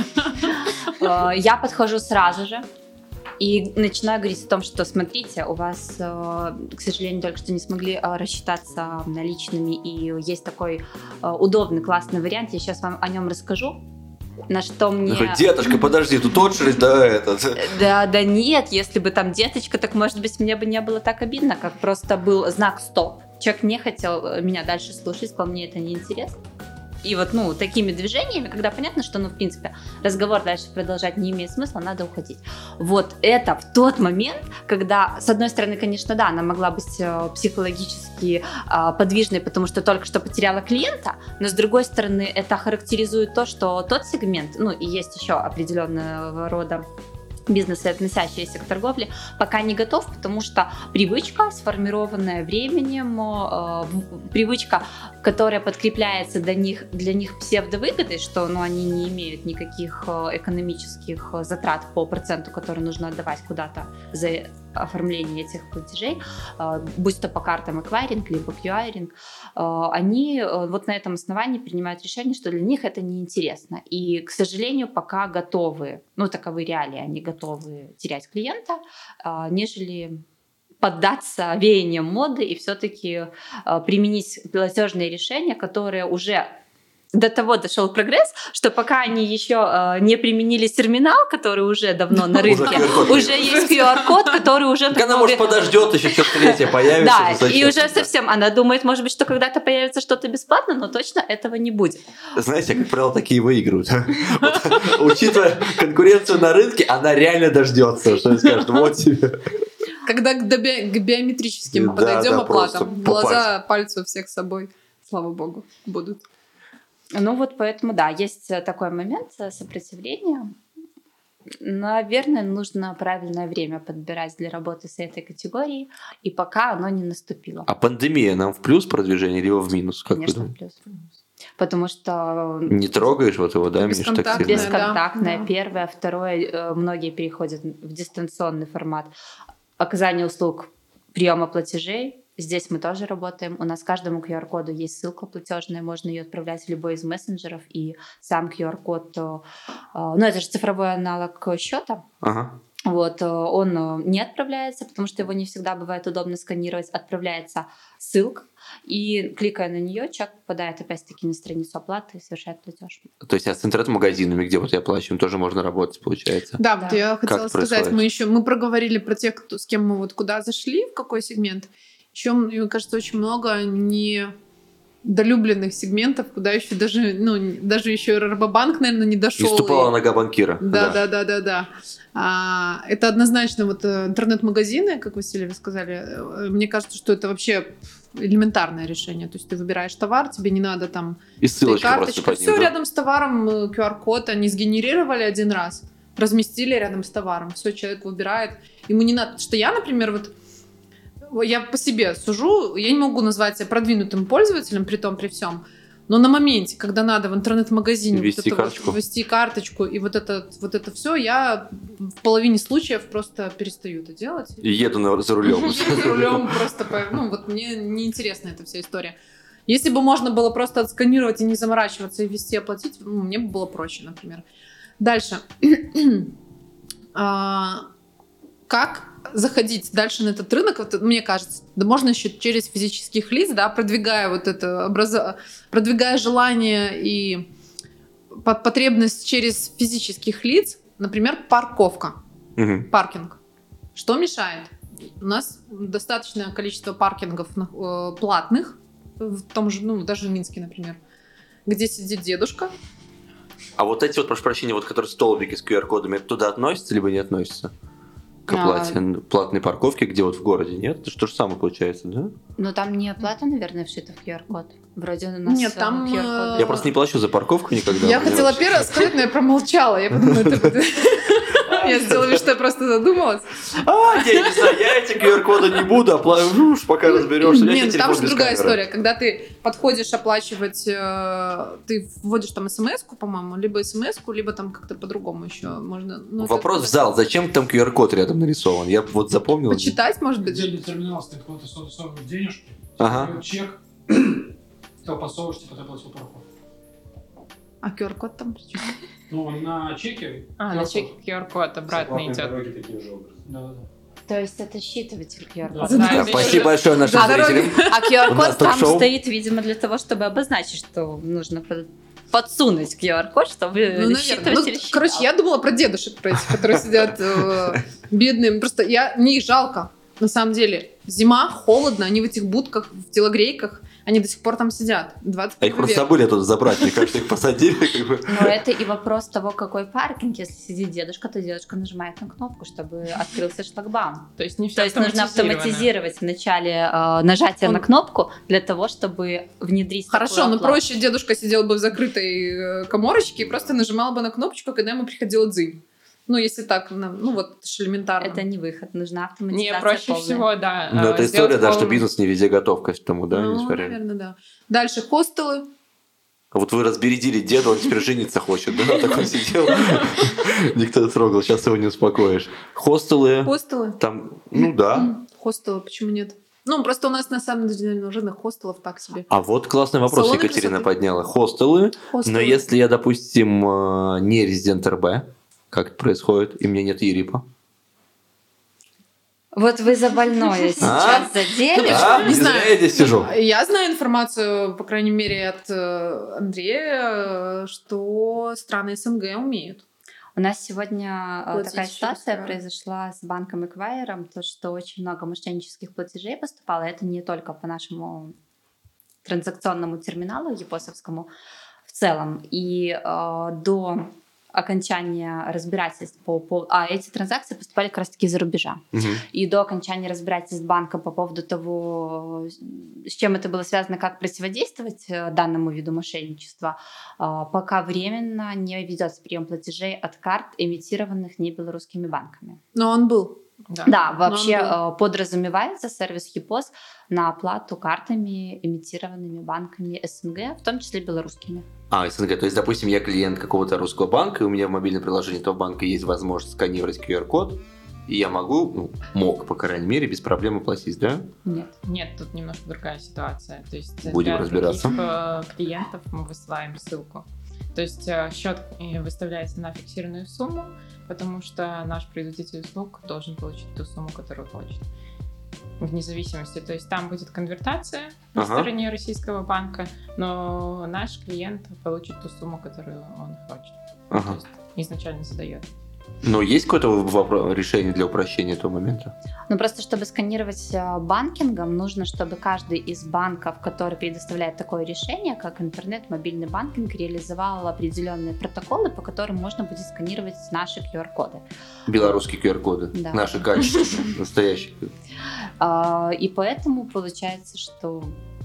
Я подхожу сразу же. И начинаю говорить о том, что, смотрите, у вас, к сожалению, только что не смогли рассчитаться наличными, и есть такой удобный, классный вариант, я сейчас вам о нем расскажу. На что мне... Деточка, подожди, тут очередь, да, этот. Да нет, если бы там деточка, так, может быть, мне бы не было так обидно, как просто был знак «стоп». Человек не хотел меня дальше слушать, сказал, мне это неинтересно. И вот, такими движениями, когда понятно, что, в принципе, разговор дальше продолжать не имеет смысла, надо уходить. Вот это в тот момент, когда, с одной стороны, конечно, да, она могла быть психологически подвижной, потому что только что потеряла клиента, но, с другой стороны, это характеризует то, что тот сегмент, и есть еще определенного рода бизнесы, относящиеся к торговле, пока не готов, потому что привычка, сформированная временем, привычка, которая подкрепляется для них псевдовыгодой, что они не имеют никаких экономических затрат по проценту, который нужно отдавать куда-то за оформление этих платежей, будь то по картам эквайринг, либо QI-ринг, они вот на этом основании принимают решение, что для них это неинтересно. И, к сожалению, пока готовы, таковы реалии, они готовы терять клиента, нежели поддаться веяниям моды и все-таки применить платежные решения, которые уже до того дошел прогресс, что пока они еще не применили терминал, который уже давно на рынке, уже есть QR-код, который уже... Она, может, подождет, еще что-то третье появится. Да, и уже совсем, она думает, может быть, что когда-то появится что-то бесплатно, но точно этого не будет. Знаете, как правило, такие выигрывают. Учитывая конкуренцию на рынке, она реально дождется, что скажет, вот тебе. Когда к биометрическим подойдем оплатам, глаза, пальцы у всех с собой, слава богу, будут. Поэтому, да, есть такой момент сопротивления. Наверное, нужно правильное время подбирать для работы с этой категорией, и пока оно не наступило. А пандемия нам в плюс продвижение, либо в минус? Конечно, в плюс. Потому что... Не трогаешь вот его, да, бесконтактное, первое, второе, многие переходят в дистанционный формат. Оказание услуг приема платежей. Здесь мы тоже работаем. У нас каждому QR-коду есть ссылка платежная, можно ее отправлять в любой из мессенджеров, и сам QR-код, это же цифровой аналог счета. Ага. Он не отправляется, потому что его не всегда бывает удобно сканировать. Отправляется ссылка, и, кликая на нее, человек попадает опять-таки на страницу оплаты и совершает платеж. То есть с интернет-магазинами, где я плачу, им тоже можно работать, получается? Да. Я хотела сказать, мы проговорили про тех, с кем мы куда зашли, в какой сегмент. Еще, мне кажется, очень много недолюбленных сегментов, куда еще даже еще Рабобанк, наверное, не дошел. И ступала нога банкира. Да. Это однозначно интернет-магазины, как вы сказали. Мне кажется, что это вообще элементарное решение. То есть ты выбираешь товар, тебе не надо там... И ссылочка просто под ним, все рядом с товаром, QR-код они сгенерировали один раз, разместили рядом с товаром. Все, человек выбирает. Ему не надо... Что я, например, я по себе сужу, я не могу назвать себя продвинутым пользователем при всем, но на моменте, когда надо в интернет-магазине ввести карточку и вот это все, я в половине случаев просто перестаю это делать. И еду за рулем. Еду за рулем просто, мне неинтересна эта вся история. Если бы можно было просто отсканировать и не заморачиваться и ввести, оплатить, мне бы было проще, например. Дальше. Как заходить дальше на этот рынок, мне кажется, да можно еще через физических лиц, да, продвигая продвигая желание и потребность через физических лиц, например, парковка, паркинг. Что мешает? У нас достаточное количество паркингов платных, в том же, даже в Минске, например, где сидит дедушка. А вот эти прошу прощения, которые столбики с QR-кодами, это туда относятся, либо не относятся? К оплате платной парковки, где в городе, нет? Это же то же самое получается, да? Там не оплата, наверное, вшита в QR-код. Вроде у нас нет, там QR-код. Я просто не плачу за парковку никогда. Я хотела первое сказать, но я промолчала. Я подумала, я сделала вид, что я просто задумалась. Я не знаю, я эти QR-коды не буду оплачивать, пока разберешься. Нет, там же другая история. Когда ты подходишь оплачивать, ты вводишь там смс-ку, по-моему, либо смс-ку, либо там как-то по-другому еще можно. Вопрос в зал. Зачем там QR-код рядом нарисован? Я запомнил. Почитать, может быть? Отдельный терминал стоит, когда ты засовываешь денежки, чек, то подсовываешь, ты оплатил парковку. А QR-код там при чем? На чеке... на чеке QR-код обратно идет. Да. То есть это считыватель QR-кода. Да, спасибо большое нашим зрителям. А QR-код там стоит, видимо, для того, чтобы обозначить, что нужно подсунуть QR-код, чтобы Ну, наверное. считыватель считал. Короче, я думала про дедушек, про этих, которые сидят бедные. Просто мне их жалко, на самом деле. Зима, холодно, они в этих будках, в телогрейках, они до сих пор там сидят. 21 А их просто век. забыли оттуда забрать, мне кажется, их посадили. Но это и вопрос того, какой паркинг. Если сидит дедушка, то дедушка нажимает на кнопку, чтобы открылся шлагбаум. То есть не все То есть нужно автоматизировать в начале нажатие на кнопку для того, чтобы внедрить Хорошо, такую но оплату. проще дедушка сидел бы в закрытой коморочке и просто нажимал бы на кнопочку, когда ему приходила дзынь. Ну, если так, ну вот, это ж элементарно. Это не выход, нужна автоматизация Не, проще полная. всего, да. Но это сделать история, да, что полную- бизнес не везде готов к этому, да, Ну, несмотря. наверное, да. Дальше хостелы. А вот вы разбередили деда, он теперь жениться хочет, да? Так он сидел, никто не трогал, сейчас его не успокоишь. Хостелы, Хостелы? там, ну да. Хостелы, почему нет? Ну, просто у нас на самом деле рынок хостелов так себе. А вот классный вопрос Салоны Екатерина красоты. подняла. Хостелы, Хостелы. но если я, допустим, не резидент РБ, как это происходит, и у меня нет ЕРИПа? Вот вы за больное сейчас задели. А? не знаю. зря я здесь сижу. Я знаю информацию, по крайней мере, от Андрея, что страны СНГ умеют. У нас сегодня Платить такая через ситуация карты. произошла с банком Эквайером, то, что очень много мошеннических платежей поступало. Это не только по нашему транзакционному терминалу ЕПОСовскому в целом. И до окончания разбирательств эти транзакции поступали как раз-таки из-за рубежа. Мгм. И до окончания разбирательств банка по поводу того, с чем это было связано, как противодействовать данному виду мошенничества, пока временно не ведется прием платежей от карт, эмитированных не белорусскими банками. Но он был. Да, вообще он подразумевается сервис ЕПОС на оплату картами, эмитированными банками СНГ, в том числе белорусскими. СНГ. То есть, допустим, я клиент какого-то русского банка, и у меня в мобильном приложении этого банка есть возможность сканировать QR-код, и я мог, по крайней мере, без проблем платить, да? Нет. Нет, тут немножко другая ситуация. То есть Будем для разбираться. других клиентов мы высылаем ссылку. То есть счет выставляется на фиксированную сумму, потому что наш производитель услуг должен получить ту сумму, которую хочет. Вне зависимости. То есть там будет конвертация на стороне российского банка, но наш клиент получит ту сумму, которую он хочет. То есть изначально задает. Но есть какое-то решение для упрощения этого момента? Ну, просто чтобы сканировать банкингом, нужно, чтобы каждый из банков, который предоставляет такое решение, как интернет, мобильный банкинг, реализовал определенные протоколы, по которым можно будет сканировать наши QR-коды. Белорусские QR-коды. Да. Наши качественные, настоящие. И поэтому получается, что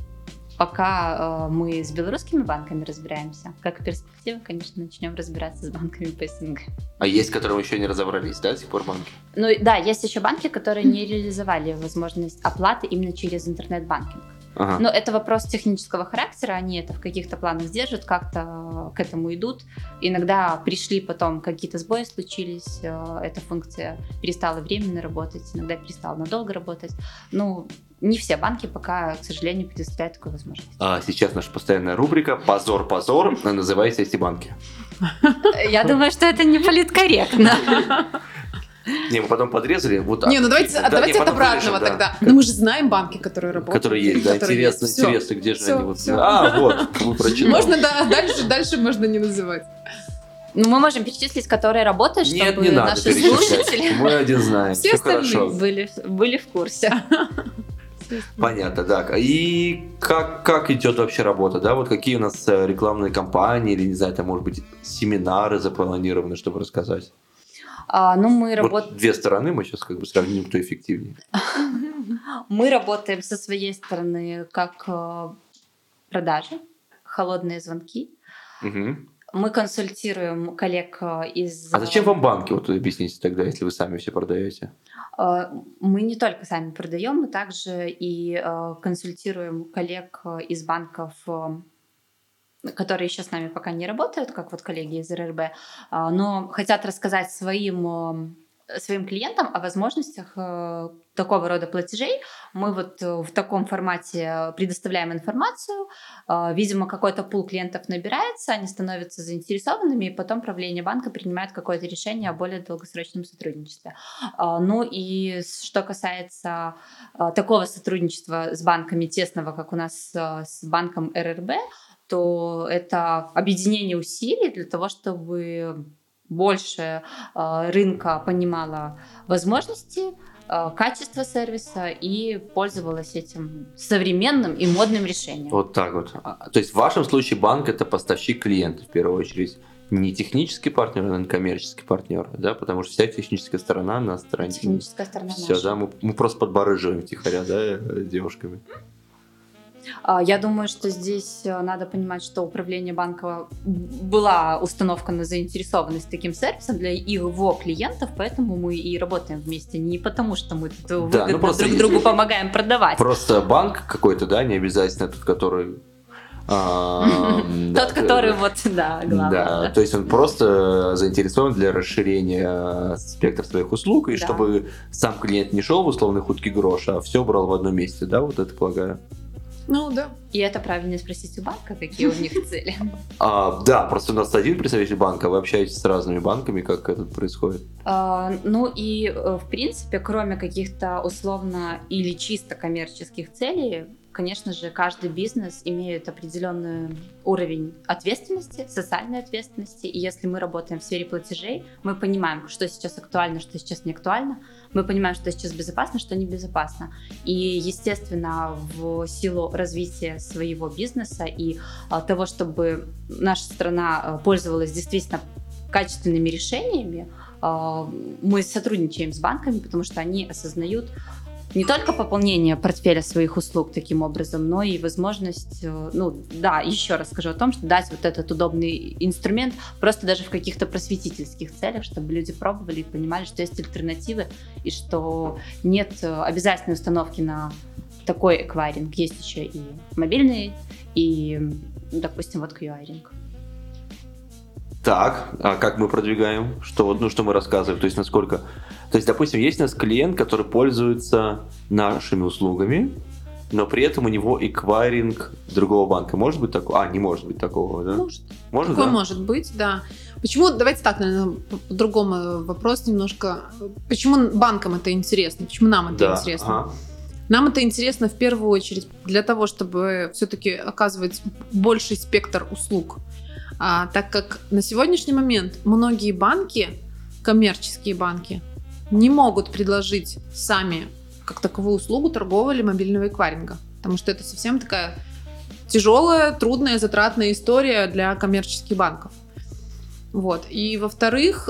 пока мы с белорусскими банками разбираемся, как перспектива, конечно, начнем разбираться с банками по СНГ. А есть, которые еще не разобрались, да, до сих пор банки? Ну да, есть еще банки, которые не реализовали возможность оплаты именно через интернет-банкинг. Ага. Но это вопрос технического характера, они это в каких-то планах держат, как-то к этому идут. Иногда пришли потом, какие-то сбои случились, эта функция перестала временно работать, иногда перестала надолго работать. Ну, не все банки пока, к сожалению, предоставляют такую возможность. А сейчас наша постоянная рубрика «Позор, позор», называйте эти банки. Я думаю, что это не политкорректно. Не, мы потом подрезали. Вот так. Не, ну давайте от потом обратного вырежем, да. тогда. Но мы же знаем банки, которые работают. Которые есть, да, которые интересно, есть. Всё. интересно, где же Всё, они? Вот. всё. Вот, вы прочитали. Можно, да, дальше можно не называть. Ну, мы можем перечислить, которые работают, чтобы Нет, не надо наши перечислять. слушатели Мы один знаем, Все все остальные хорошо. были в курсе. Понятно, так. И как идет вообще работа, да? Вот какие у нас рекламные кампании или, не знаю, там, может быть, семинары запланированы, чтобы рассказать? Ну, мы Вот две стороны, мы сейчас как бы сравним, кто эффективнее. Мы работаем со своей стороны как продажи, холодные звонки. Угу. Мы консультируем коллег из... А зачем вам банки? Вот объясните тогда, если вы сами все продаете. Мы не только сами продаем, мы также и консультируем коллег из банков, которые еще с нами пока не работают, как вот коллеги из РРБ, но хотят рассказать своим клиентам о возможностях такого рода платежей. Мы вот в таком формате предоставляем информацию, видимо, какой-то пул клиентов набирается, они становятся заинтересованными, и потом правление банка принимает какое-то решение о более долгосрочном сотрудничестве. Ну и что касается такого сотрудничества с банками тесного, как у нас с банком РРБ, что это объединение усилий для того, чтобы больше рынка понимало возможности, качество сервиса и пользовалась этим современным и модным решением. Вот так вот. То есть в вашем случае банк — это поставщик клиента в первую очередь. Не технический партнер, а коммерческий партнер, да, потому что вся техническая сторона на стороне. Техническая сторона Все, наша. да, мы просто подбарыживаем втихаря, да, девушками. Я думаю, что здесь надо понимать, что управление банка была установка на заинтересованность таким сервисом для его клиентов, поэтому мы и работаем вместе. Не потому, что мы тут выгодно друг другу помогаем продавать. Просто банк какой-то, да, не обязательно тот, который... Тот, который главное. Да, то есть он просто заинтересован для расширения спектра своих услуг, и чтобы сам клиент не шел в условный худкий грош, а все брал в одном месте, да, вот это полагаю. Ну, да. И это правильно спросить у банка, какие у них цели. Да, просто у нас один представитель банка, вы общаетесь с разными банками, как это происходит? Ну и, в принципе, кроме каких-то условно или чисто коммерческих целей, конечно же, каждый бизнес имеет определенный уровень ответственности, социальной ответственности. И если мы работаем в сфере платежей, мы понимаем, что сейчас актуально, что сейчас не актуально. Мы понимаем, что сейчас безопасно, что небезопасно. И, естественно, в силу развития своего бизнеса и того, чтобы наша страна пользовалась действительно качественными решениями, мы сотрудничаем с банками, потому что они осознают не только пополнение портфеля своих услуг таким образом, но и возможность, еще раз скажу о том, что дать вот этот удобный инструмент просто даже в каких-то просветительских целях, чтобы люди пробовали и понимали, что есть альтернативы и что нет обязательной установки на такой эквайринг. Есть еще и мобильный, и, допустим, вот QI-ринг. Так, а как мы продвигаем? Что мы рассказываем? То есть, насколько... То есть, допустим, есть у нас клиент, который пользуется нашими услугами, но при этом у него эквайринг другого банка. Может быть такого? Не может быть такого, да? Может, такое да? может быть, да. Почему, давайте так, наверное, по-другому вопрос немножко. Почему банкам это интересно? Почему нам это интересно? Ага. Нам это интересно в первую очередь для того, чтобы все-таки оказывать больший спектр услуг. Так как на сегодняшний момент многие банки, коммерческие банки, не могут предложить сами как таковую услугу торгового или мобильного эквайринга, потому что это совсем такая тяжелая, трудная, затратная история для коммерческих банков. Вот. И во-вторых,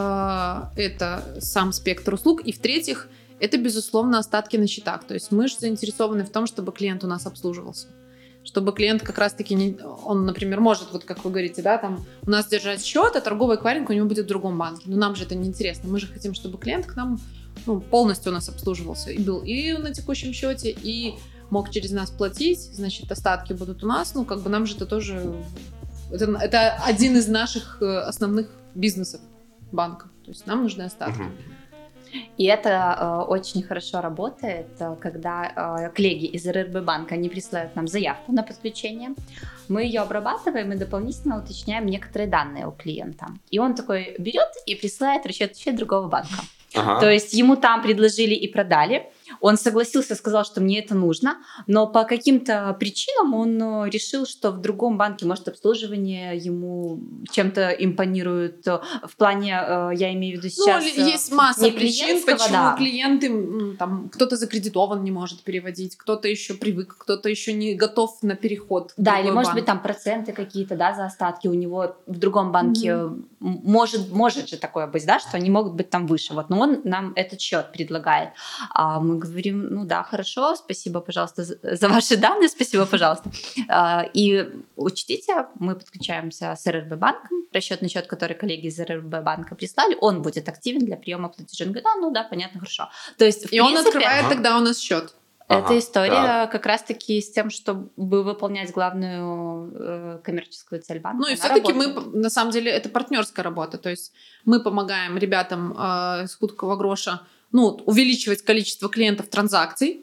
это сам спектр услуг, и в-третьих, это, безусловно, остатки на счетах. То есть мы же заинтересованы в том, чтобы клиент у нас обслуживался. Чтобы клиент как раз-таки, он, например, может, вот как вы говорите, да, там у нас держать счет, а торговый эквайринг у него будет в другом банке. Но нам же это не интересно. Мы же хотим, чтобы клиент к нам полностью у нас обслуживался. И был и на текущем счете, и мог через нас платить, значит, остатки будут у нас. Нам же это тоже... Это один из наших основных бизнесов банка. То есть нам нужны остатки. И это очень хорошо работает, когда коллеги из РРБ банка, они присылают нам заявку на подключение, мы ее обрабатываем и дополнительно уточняем некоторые данные у клиента. И он такой берет и присылает расчет другого банка. Ага. То есть ему там предложили и продали, он согласился, сказал, что мне это нужно, но по каким-то причинам он решил, что в другом банке, может, обслуживание ему чем-то импонирует. В плане, я имею в виду сейчас... есть масса причин, почему клиенты, кто-то закредитован, не может переводить, кто-то еще привык, кто-то еще не готов на переход. Да, или, может быть, там проценты какие-то, да, за остатки у него в другом банке. Может же такое быть, да, что они могут быть там выше. Вот, но он нам этот счет предлагает. Мы говорим, хорошо, спасибо, пожалуйста, за ваши данные, спасибо, пожалуйста. И учтите, мы подключаемся с РРБ банком, расчетный счет, который коллеги из РРБ банка прислали, он будет активен для приема платежей. Он говорит, понятно, хорошо. То есть, и он открывает тогда у нас счет. Эта история как раз-таки с тем, чтобы выполнять главную коммерческую цель банка. И все-таки мы, на самом деле, это партнерская работа. То есть мы помогаем ребятам с худкого гроша увеличивать количество клиентов транзакций.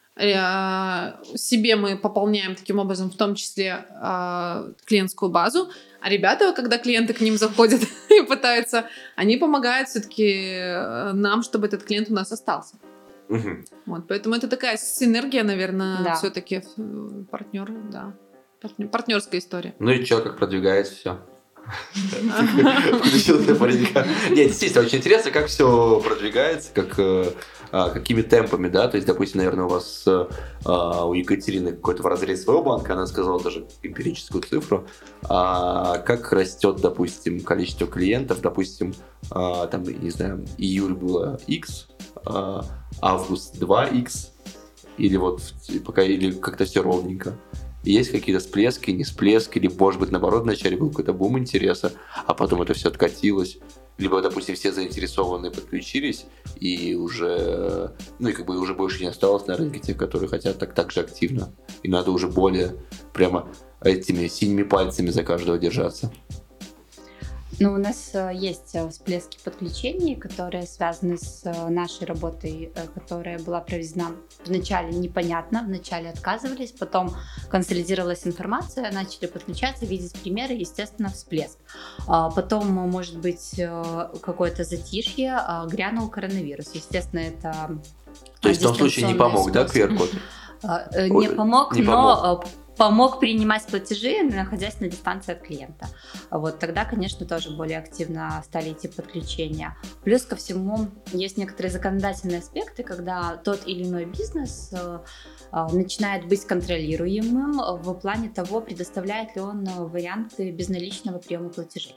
Себе мы пополняем таким образом в том числе клиентскую базу. А ребята, когда клиенты к ним заходят и пытаются, они помогают все-таки нам, чтобы этот клиент у нас остался. Вот, поэтому это такая синергия, наверное, все-таки партнеры, да. Партнерская история. Ну и что, как продвигается все? Нет, действительно, очень интересно, как все продвигается, какими темпами, да, то есть, допустим, наверное, у вас у Екатерины какой-то в разрезе своего банка, она сказала даже эмпирическую цифру, как растет, допустим, количество клиентов, допустим, там, не знаю, июль было X, август 2X, или вот пока, или как-то все ровненько. Есть какие-то всплески, не всплески, или, может быть, наоборот, вначале был какой-то бум интереса, а потом это все откатилось. Либо, допустим, все заинтересованные подключились, и уже, ну и как бы уже больше не осталось на рынке тех, которые хотят так же активно. И надо уже более прямо этими синими пальцами за каждого держаться. Ну, у нас есть всплески подключений, которые связаны с нашей работой, которая была проведена вначале непонятно, вначале отказывались, потом консолидировалась информация, начали подключаться, видеть примеры, естественно, всплеск. Потом, может быть, какое-то затишье, грянул коронавирус. Естественно, это... То есть в том случае не помог, да, QR-код? Не помог, но... помог принимать платежи, находясь на дистанции от клиента. Вот тогда, конечно, тоже более активно стали идти подключения. Плюс ко всему есть некоторые законодательные аспекты, когда тот или иной бизнес начинает быть контролируемым в плане того, предоставляет ли он варианты безналичного приема платежей.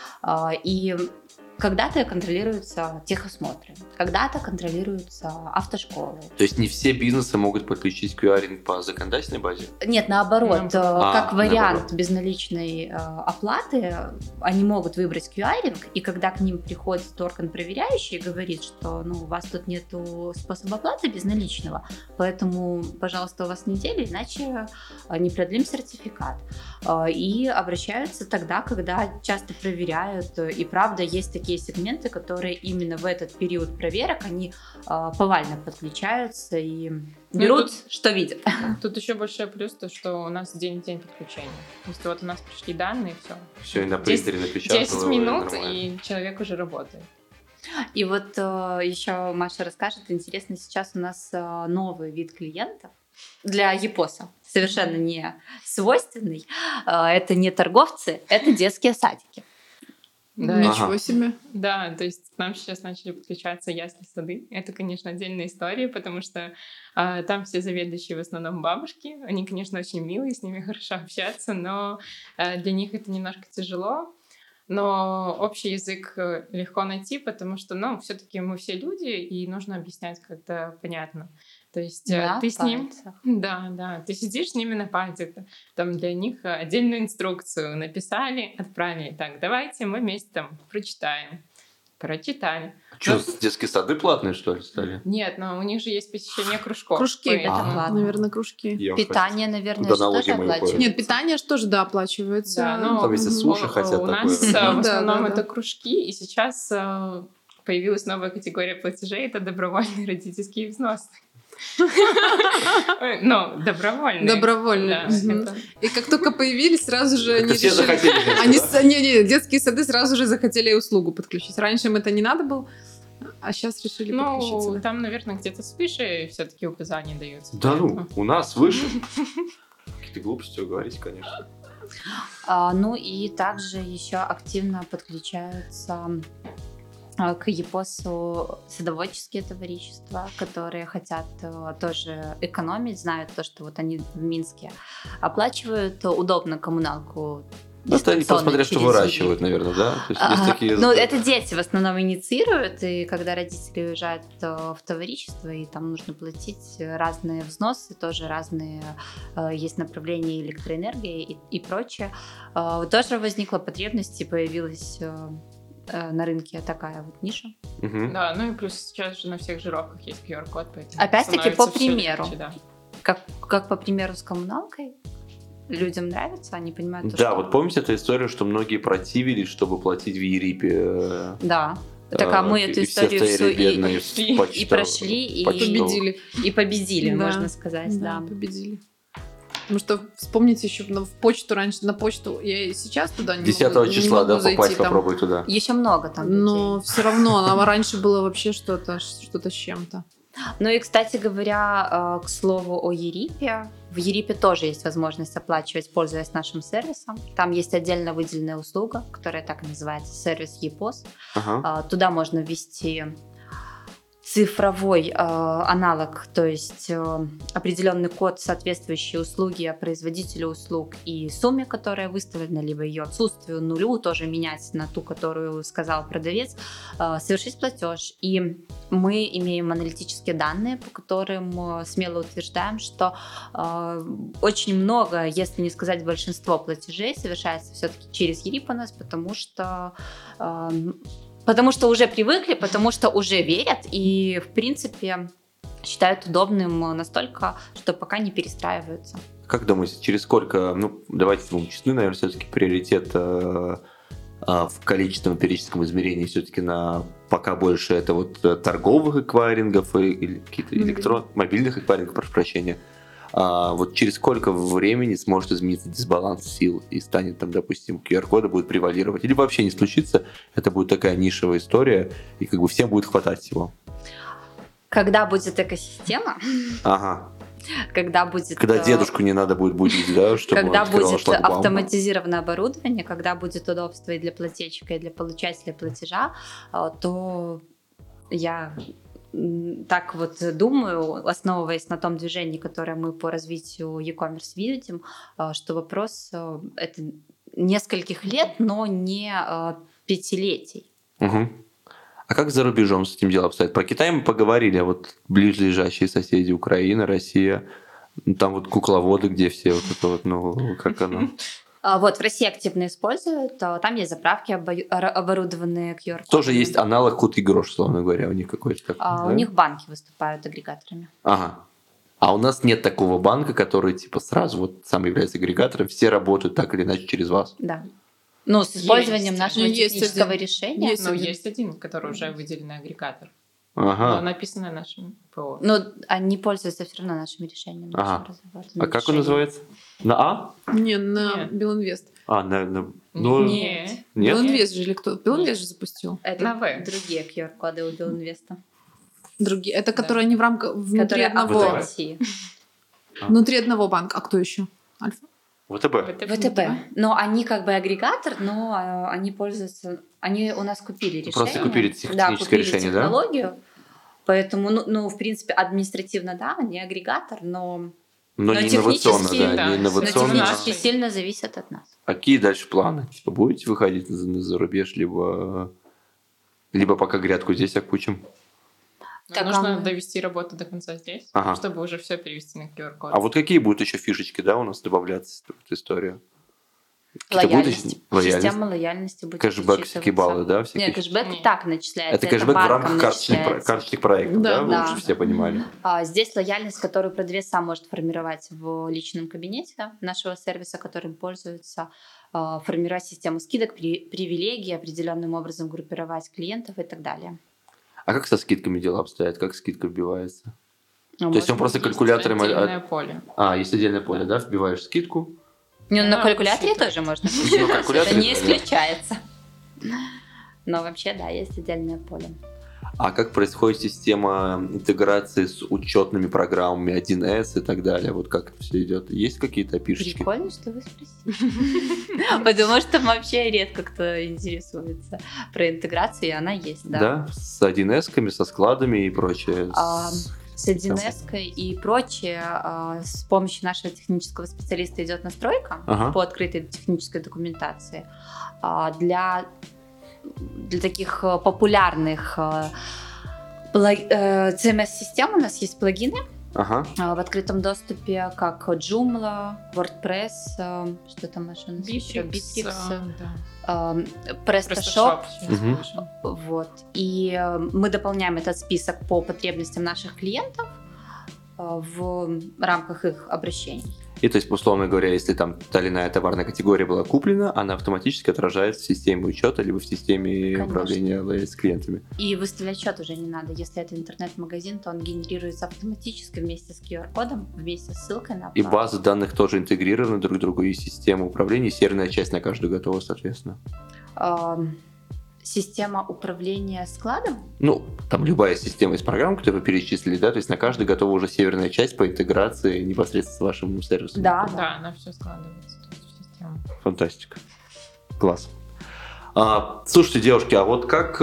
И когда-то контролируются техосмотры, когда-то контролируются автошколы. То есть не все бизнесы могут подключить QR по законодательной базе? Нет, наоборот. Как вариант наоборот. Безналичной оплаты, они могут выбрать QR, и когда к ним приходит орган проверяющий и говорит, что у вас тут нет способа оплаты безналичного, поэтому, пожалуйста, у вас неделя, иначе не продлим сертификат. И обращаются тогда, когда часто проверяют, и правда есть такие сегменты, которые именно в этот период проверок, они повально подключаются и берут, что видят. Тут еще большой плюс, то, что у нас день в день подключения. То есть вот у нас пришли данные, все. Все, и на принтере напечатано. 10 минут, и человек уже работает. И вот еще Маша расскажет, интересно, сейчас у нас новый вид клиентов для ЕПОСа, совершенно не свойственный. Это не торговцы, это детские садики. Да. Ничего себе. Да, то есть к нам сейчас начали подключаться ясли-сады. Это, конечно, отдельная история, потому что там все заведующие в основном бабушки. Они, конечно, очень милые, с ними хорошо общаться, но для них это немножко тяжело. Но общий язык легко найти, потому что, все-таки мы все люди, и нужно объяснять как-то понятно. То есть ты с ним... Да, ты сидишь с ними на пальцах, там для них отдельную инструкцию написали, отправили. Так, давайте мы вместе там прочитаем. Прочитали. Что, детские сады платные, что ли, стали? Нет, но у них же есть посещение кружков. Кружки, поэтому... это платно. Наверное, кружки. Питание, наверное, Куда же тоже налоги мои оплачивается. ходят? Нет, питание же тоже, да, оплачивается. Да, но Там если суши хотят у нас такое. в основном Да. это кружки, и сейчас появилась новая категория платежей, это добровольные родительские взносы. Ну, добровольные. Добровольные. Да, Мгм. это- И как только появились, сразу же они Все решили... захотели. Не, детские сады сразу же захотели услугу подключить. Раньше им это не надо было, а сейчас решили подключиться. Ну, да. там, наверное, где-то свыше все-таки указания даются. Да ну, поэтому. у нас выше. Какие-то глупости вы говорите, конечно. Ну и также еще активно подключаются к ЕПОСу садоводческие товарищества, которые хотят тоже экономить, знают то, что вот они в Минске оплачивают удобно коммуналку. Это они дистанционно посмотрят, что через выращивают, наверное, да? То есть есть такие... Ну, это дети в основном инициируют, и когда родители уезжают в товарищество, и там нужно платить разные взносы, тоже разные есть направления электроэнергии и прочее, тоже возникла потребность и появилась на рынке такая вот ниша. Мгм. Да, ну и плюс сейчас же на всех жировках есть QR-код, поэтому Опять-таки, становится по всё примеру. легче, да. Как по примеру с коммуналкой, людям нравится, они понимают, Да, что... вот помните эту историю, что многие противились, чтобы платить в Ерипе? Да. Так, а мы эту и все историю стояли всю бедные и почтовые. прошли, и Победили. и победили, Да. можно сказать, да. Победили. Потому что вспомните еще в почту раньше, на почту я и сейчас туда не 10 могу, числа, не да, могу зайти попасть, там. попробуй туда. Еще много там Но людей. все равно, раньше было вообще что-то с чем-то. Ну и, кстати говоря, к слову о Ерипе, в Ерипе тоже есть возможность оплачивать, пользуясь нашим сервисом. Там есть отдельно выделенная услуга, которая так и называется, сервис EPOS. Туда можно ввести цифровой аналог, то есть определенный код, соответствующий услуге, производителю услуг и сумме, которая выставлена, либо ее отсутствию, нулю, тоже менять на ту, которую сказал продавец, совершить платеж. И мы имеем аналитические данные, по которым смело утверждаем, что очень много, если не сказать большинство платежей, совершается все-таки через Ерип у нас, потому что уже привыкли, потому что уже верят и, в принципе, считают удобным настолько, что пока не перестраиваются. Как думаете, через сколько, давайте будем честны, наверное, все-таки приоритет в количественном периодическом измерении все-таки на пока больше это вот торговых эквайрингов или каких-то мобильных эквайрингов, прошу прощения. Вот через сколько времени сможет измениться дисбаланс сил и станет там, допустим, QR-коды будут превалировать, или вообще не случится, это будет такая нишевая история, и как бы всем будет хватать его. Когда будет экосистема, когда дедушку не надо будет будить, да, чтобы когда будет автоматизированное оборудование, когда будет удобство и для плательщика, и для получателя платежа, то я так вот думаю, основываясь на том движении, которое мы по развитию e-commerce видим, что вопрос это нескольких лет, но не пятилетий. Угу. А как за рубежом с этим делом обстоит? Про Китай мы поговорили, а вот ближайшие соседи Украина, Россия, там вот кукловоды, где все вот это вот, как оно? Вот, в России активно используют, там есть заправки, оборудованные QR-кодами. Тоже есть аналог Кут и Грош, словно говоря, у них какой-то такой, да? У них банки выступают агрегаторами. Ага. А у нас нет такого банка, который типа сразу вот сам является агрегатором, все работают так или иначе через вас. Да. С использованием нашего технического решения. Есть один, который уже выделенный агрегатор. Ага. Но написано нашим ПО. Но они пользуются все равно нашими решениями. Ага. А как он называется? На А? Не, на Белинвест. Нет. Белинвест же или кто? Белинвест же запустил. Это на В. Другие QR-коды у Белинвеста. Другие. Это которые они внутри одного. Внутри одного банка. А кто еще? Альфа? ВТБ. Но они как бы агрегатор, но они пользуются... Они у нас купили решение. Просто купили техническое решение, да? Технологию. Поэтому, в принципе, административно, да, не агрегатор, но не инновационно, да. Не инновационно. Но технически сильно зависят от нас. А какие дальше планы? Будете выходить за рубеж, либо пока грядку здесь окучим? Нужно довести работу до конца здесь, чтобы уже все перевести на QR-код. А вот какие будут еще фишечки, да, у нас добавляться в эту историю? Лояльность. Система лояльности будет кэшбэк, всякие баллы, да? Нет, кэшбэк и так начисляется. Это кэшбэк в рамках карточных проектов, да? Вы уже все понимали. Здесь лояльность, которую продавец сам может формировать в личном кабинете нашего сервиса, которым пользуется, формировать систему скидок, привилегий, определенным образом группировать клиентов и так далее. А как со скидками дела обстоят? Как скидка вбивается? То есть он просто калькулятором... Есть отдельное поле. Есть отдельное поле, да? Вбиваешь скидку. На калькуляторе тоже можно. Это не исключается. Но вообще, да, есть отдельное поле. А как происходит система интеграции с учетными программами 1С и так далее? Вот как это все идет? Есть какие-то опишечки? Прикольно, что вы спросили. Потому что вообще редко кто интересуется про интеграцию, и она есть, да. Да? С 1С-ками, со складами и прочее? С 1С и прочее, с помощью нашего технического специалиста идет настройка по открытой технической документации. Для таких популярных CMS-систем у нас есть плагины в открытом доступе, как Joomla, WordPress, что там еще? Bittrex, PrestaShop. Вот. И мы дополняем этот список по потребностям наших клиентов в рамках их обращений. И то есть, условно говоря, если там та или иная товарная категория была куплена, она автоматически отражается в системе учета либо в системе управления с клиентами. И выставлять счет уже не надо. Если это интернет-магазин, то он генерируется автоматически вместе с QR-кодом, вместе с ссылкой на оплату. И базы данных тоже интегрированы друг к другу, и система управления, и серверная часть на каждую готова, соответственно. Система управления складом? Ну, там любая система из программ, которую вы перечислили, да, то есть на каждой готова уже северная часть по интеграции непосредственно с вашим сервисом. Да. Да, она все складывается в систему. Фантастика. Класс. Слушайте, девушки, а вот как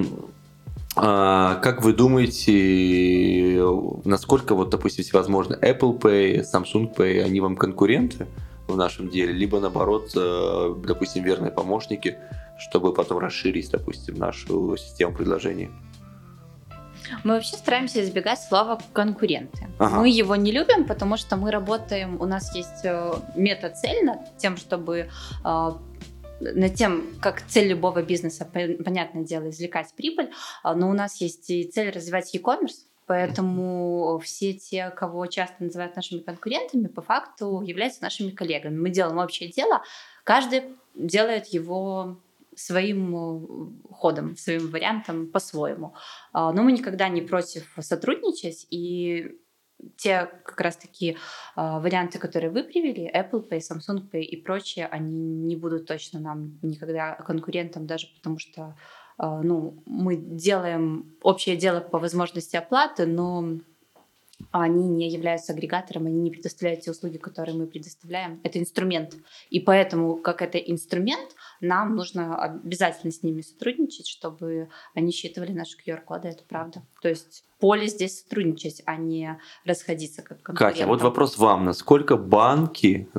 вы думаете, насколько, вот, допустим, всевозможно Apple Pay, Samsung Pay, они вам конкуренты в нашем деле, либо, наоборот, допустим, верные помощники, чтобы потом расширить, допустим, нашу систему предложений? Мы вообще стараемся избегать слова «конкуренты». Ага. Мы его не любим, потому что мы работаем, у нас есть мета-цель над тем, чтобы... над тем, как цель любого бизнеса, понятное дело, извлекать прибыль, но у нас есть и цель развивать e-commerce, поэтому все те, кого часто называют нашими конкурентами, по факту являются нашими коллегами. Мы делаем общее дело, каждый делает его своим ходом, своим вариантом по-своему. Но мы никогда не против сотрудничать, и те как раз-таки варианты, которые вы привели, Apple Pay, Samsung Pay и прочие, они не будут точно нам никогда конкурентом, даже потому что мы делаем общее дело по возможности оплаты, но они не являются агрегатором, они не предоставляют те услуги, которые мы предоставляем. Это инструмент. И поэтому, как это инструмент, нам нужно обязательно с ними сотрудничать, чтобы они считывали наши QR-коды. Это правда. То есть поле здесь сотрудничать, а не расходиться как конкуренты. Катя, вот вопрос вам. Насколько банки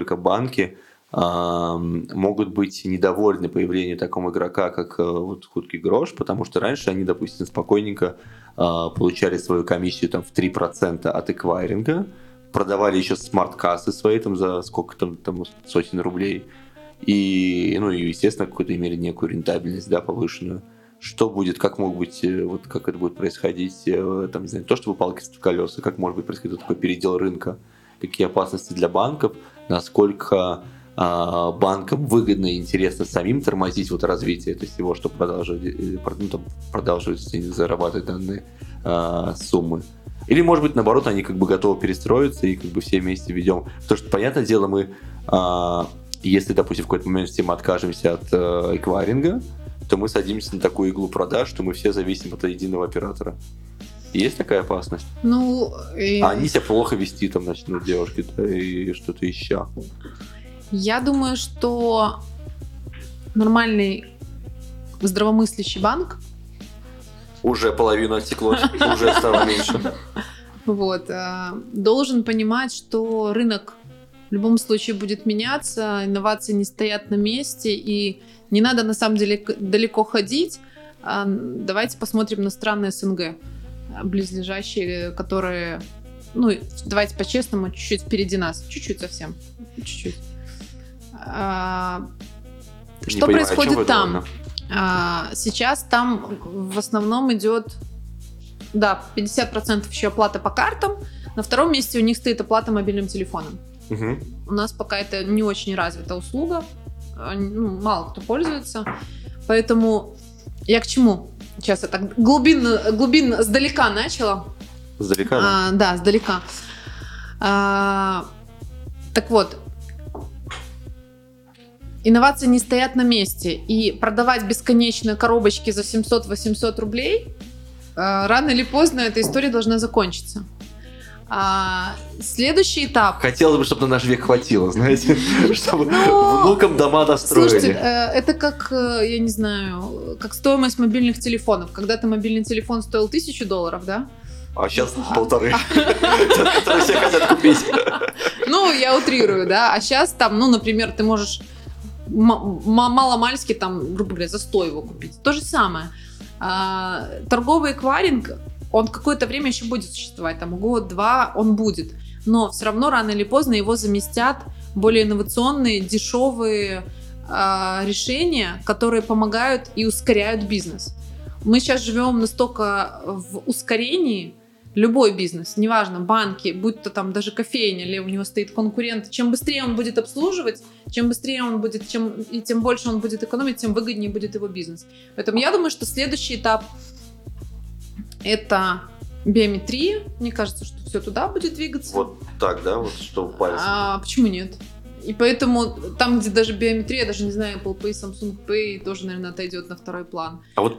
могут быть недовольны появлением такого игрока, как вот Хуткий Грош, потому что раньше они, допустим, спокойненько получали свою комиссию там, в 3% от эквайринга, продавали еще смарт-кассы свои там, за сколько там сотен рублей, и, естественно, какую-то имели некую рентабельность, да, повышенную. Что будет, как могут быть, вот как это будет происходить, там, не знаю, то, что выпалки в колеса, как может быть происходить такой передел рынка, какие опасности для банков, насколько банкам выгодно и интересно самим тормозить вот развитие этого всего, чтобы продолжить зарабатывать данные суммы. Или, может быть, наоборот, они как бы готовы перестроиться и как бы все вместе ведем. Потому что, понятное дело, мы, если, допустим, в какой-то момент все мы откажемся от эквайринга, то мы садимся на такую иглу продаж, что мы все зависим от единого оператора. Есть такая опасность? Они себя плохо вести там начнут, девушки-то, и что-то еще. Я думаю, что нормальный здравомыслящий банк уже половину отсеклось, уже стало меньше. Должен понимать, что рынок в любом случае будет меняться, инновации не стоят на месте, и не надо на самом деле далеко ходить. Давайте посмотрим на страны СНГ, близлежащие, которые, давайте по-честному, чуть-чуть впереди нас, чуть-чуть совсем, чуть-чуть. Что происходит там? Сейчас там в основном идет 50% еще оплата по картам. На втором месте у них стоит оплата мобильным телефоном. Угу. У нас пока это не очень развитая услуга. Мало кто пользуется. Поэтому я к чему? Сейчас я так глубинно сдалека начала. Сдалека, да? Да, сдалека. Так вот, инновации не стоят на месте, и продавать бесконечно коробочки за 700-800 рублей, рано или поздно эта история должна закончиться. Следующий этап... Хотелось бы, чтобы на наш век хватило, знаете, чтобы внукам дома достроили. Слушайте, это как, я не знаю, как стоимость мобильных телефонов. Когда-то мобильный телефон стоил $1000, да? А сейчас 1,5. Которые все хотят купить. Я утрирую, да. А сейчас там, например, ты можешь маломальски, там, грубо говоря, за 100 его купить. То же самое. Торговый эквайринг, он какое-то время еще будет существовать, там год-два он будет. Но все равно рано или поздно его заместят более инновационные, дешевые решения, которые помогают и ускоряют бизнес. Мы сейчас живем настолько в ускорении. Любой бизнес, неважно, банки, будь то там даже кофейня, или у него стоит конкурент, чем быстрее он будет обслуживать, чем быстрее он будет, тем больше он будет экономить, тем выгоднее будет его бизнес. Поэтому я думаю, что следующий этап — это биометрия. Мне кажется, что все туда будет двигаться. Вот так, да? Вот что в пальце. Почему нет? И поэтому там, где даже биометрия, я даже не знаю, Apple Pay, Samsung Pay тоже, наверное, отойдет на второй план. А вот,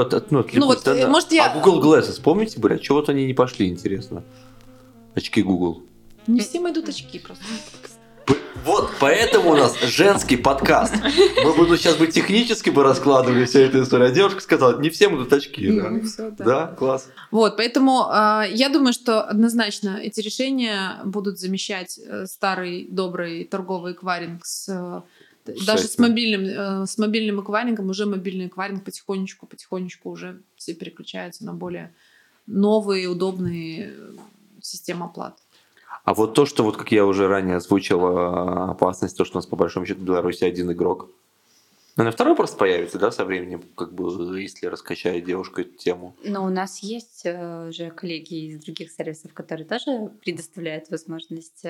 может, я... А Google Glasses, помните, блядь, чего вот они не пошли, интересно? Очки Google. Не всем идут очки просто. Вот поэтому у нас женский подкаст. Мы бы сейчас технически раскладывали всю эту историю. А девушка сказала, не всем идут очки. Да, Всё, да. Да, класс. Вот, поэтому я думаю, что однозначно эти решения будут замещать старый добрый торговый эквайринг даже с мобильным эквайрингом. Уже мобильный эквайринг потихонечку уже все переключаются на более новые, удобные системы оплат. А вот то, что, вот как я уже ранее озвучил, опасность, то, что у нас по большому счету в Беларуси один игрок. Наверное, второй просто появится, да, со временем, как бы, если раскачает девушка эту тему. Но у нас есть же коллеги из других сервисов, которые тоже предоставляют возможность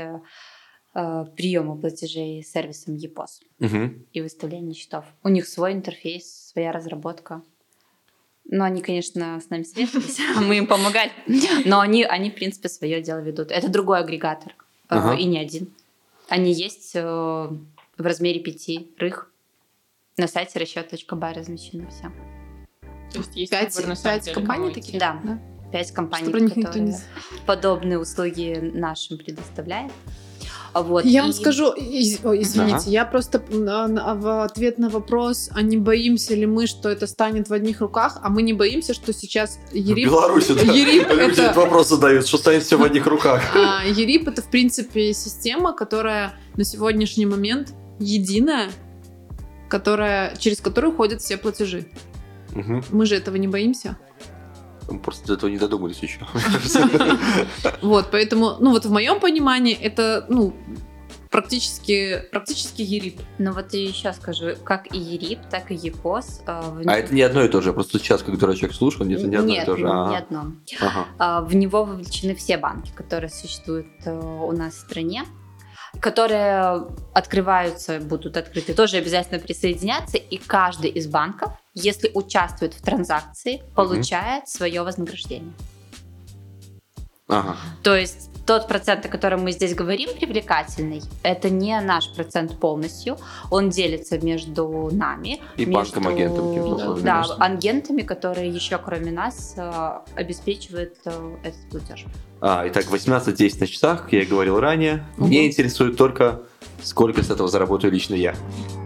приема платежей сервисом EPOS и выставления счетов. У них свой интерфейс, своя разработка. Но они, конечно, с нами советовались, мы им помогали. Но они, в принципе, свое дело ведут. Это другой агрегатор, и не один. Они есть в размере 5 рых. На сайте расчет.бай размещено все. То есть есть 5 компаний таких? Да. 5 компаний, которые подобные услуги нашим предоставляют. Вот, я вам скажу, извините, я просто в ответ на вопрос, а не боимся ли мы, что это станет в одних руках, а мы не боимся, что сейчас ЕРИП... В Беларуси, да. Люди этот вопрос задают, что станет все в одних руках. ЕРИП — это, в принципе, система, которая на сегодняшний момент единая, через которую ходят все платежи. Мы же этого не боимся. Мы просто до этого не додумались еще. Вот, поэтому, в моем понимании, это, практически ЕРИП. Ну вот и еще скажу, как и ЕРИП, так и EPOS. А это не одно и то же, просто сейчас, как дурачок слушал, это не одно и то же. Нет, не одно. В него вовлечены все банки, которые существуют у нас в стране, которые открываются, будут открыты, тоже обязательно присоединяться, и каждый из банков, если участвует в транзакции, получает свое вознаграждение. То есть тот процент, о котором мы здесь говорим, привлекательный, это не наш процент полностью, он делится между нами. И банком-агентом. Да, агентами, которые еще кроме нас обеспечивают этот платеж. Итак, 18:10 на часах, как я и говорил ранее. Меня интересует только, сколько с этого заработаю лично я.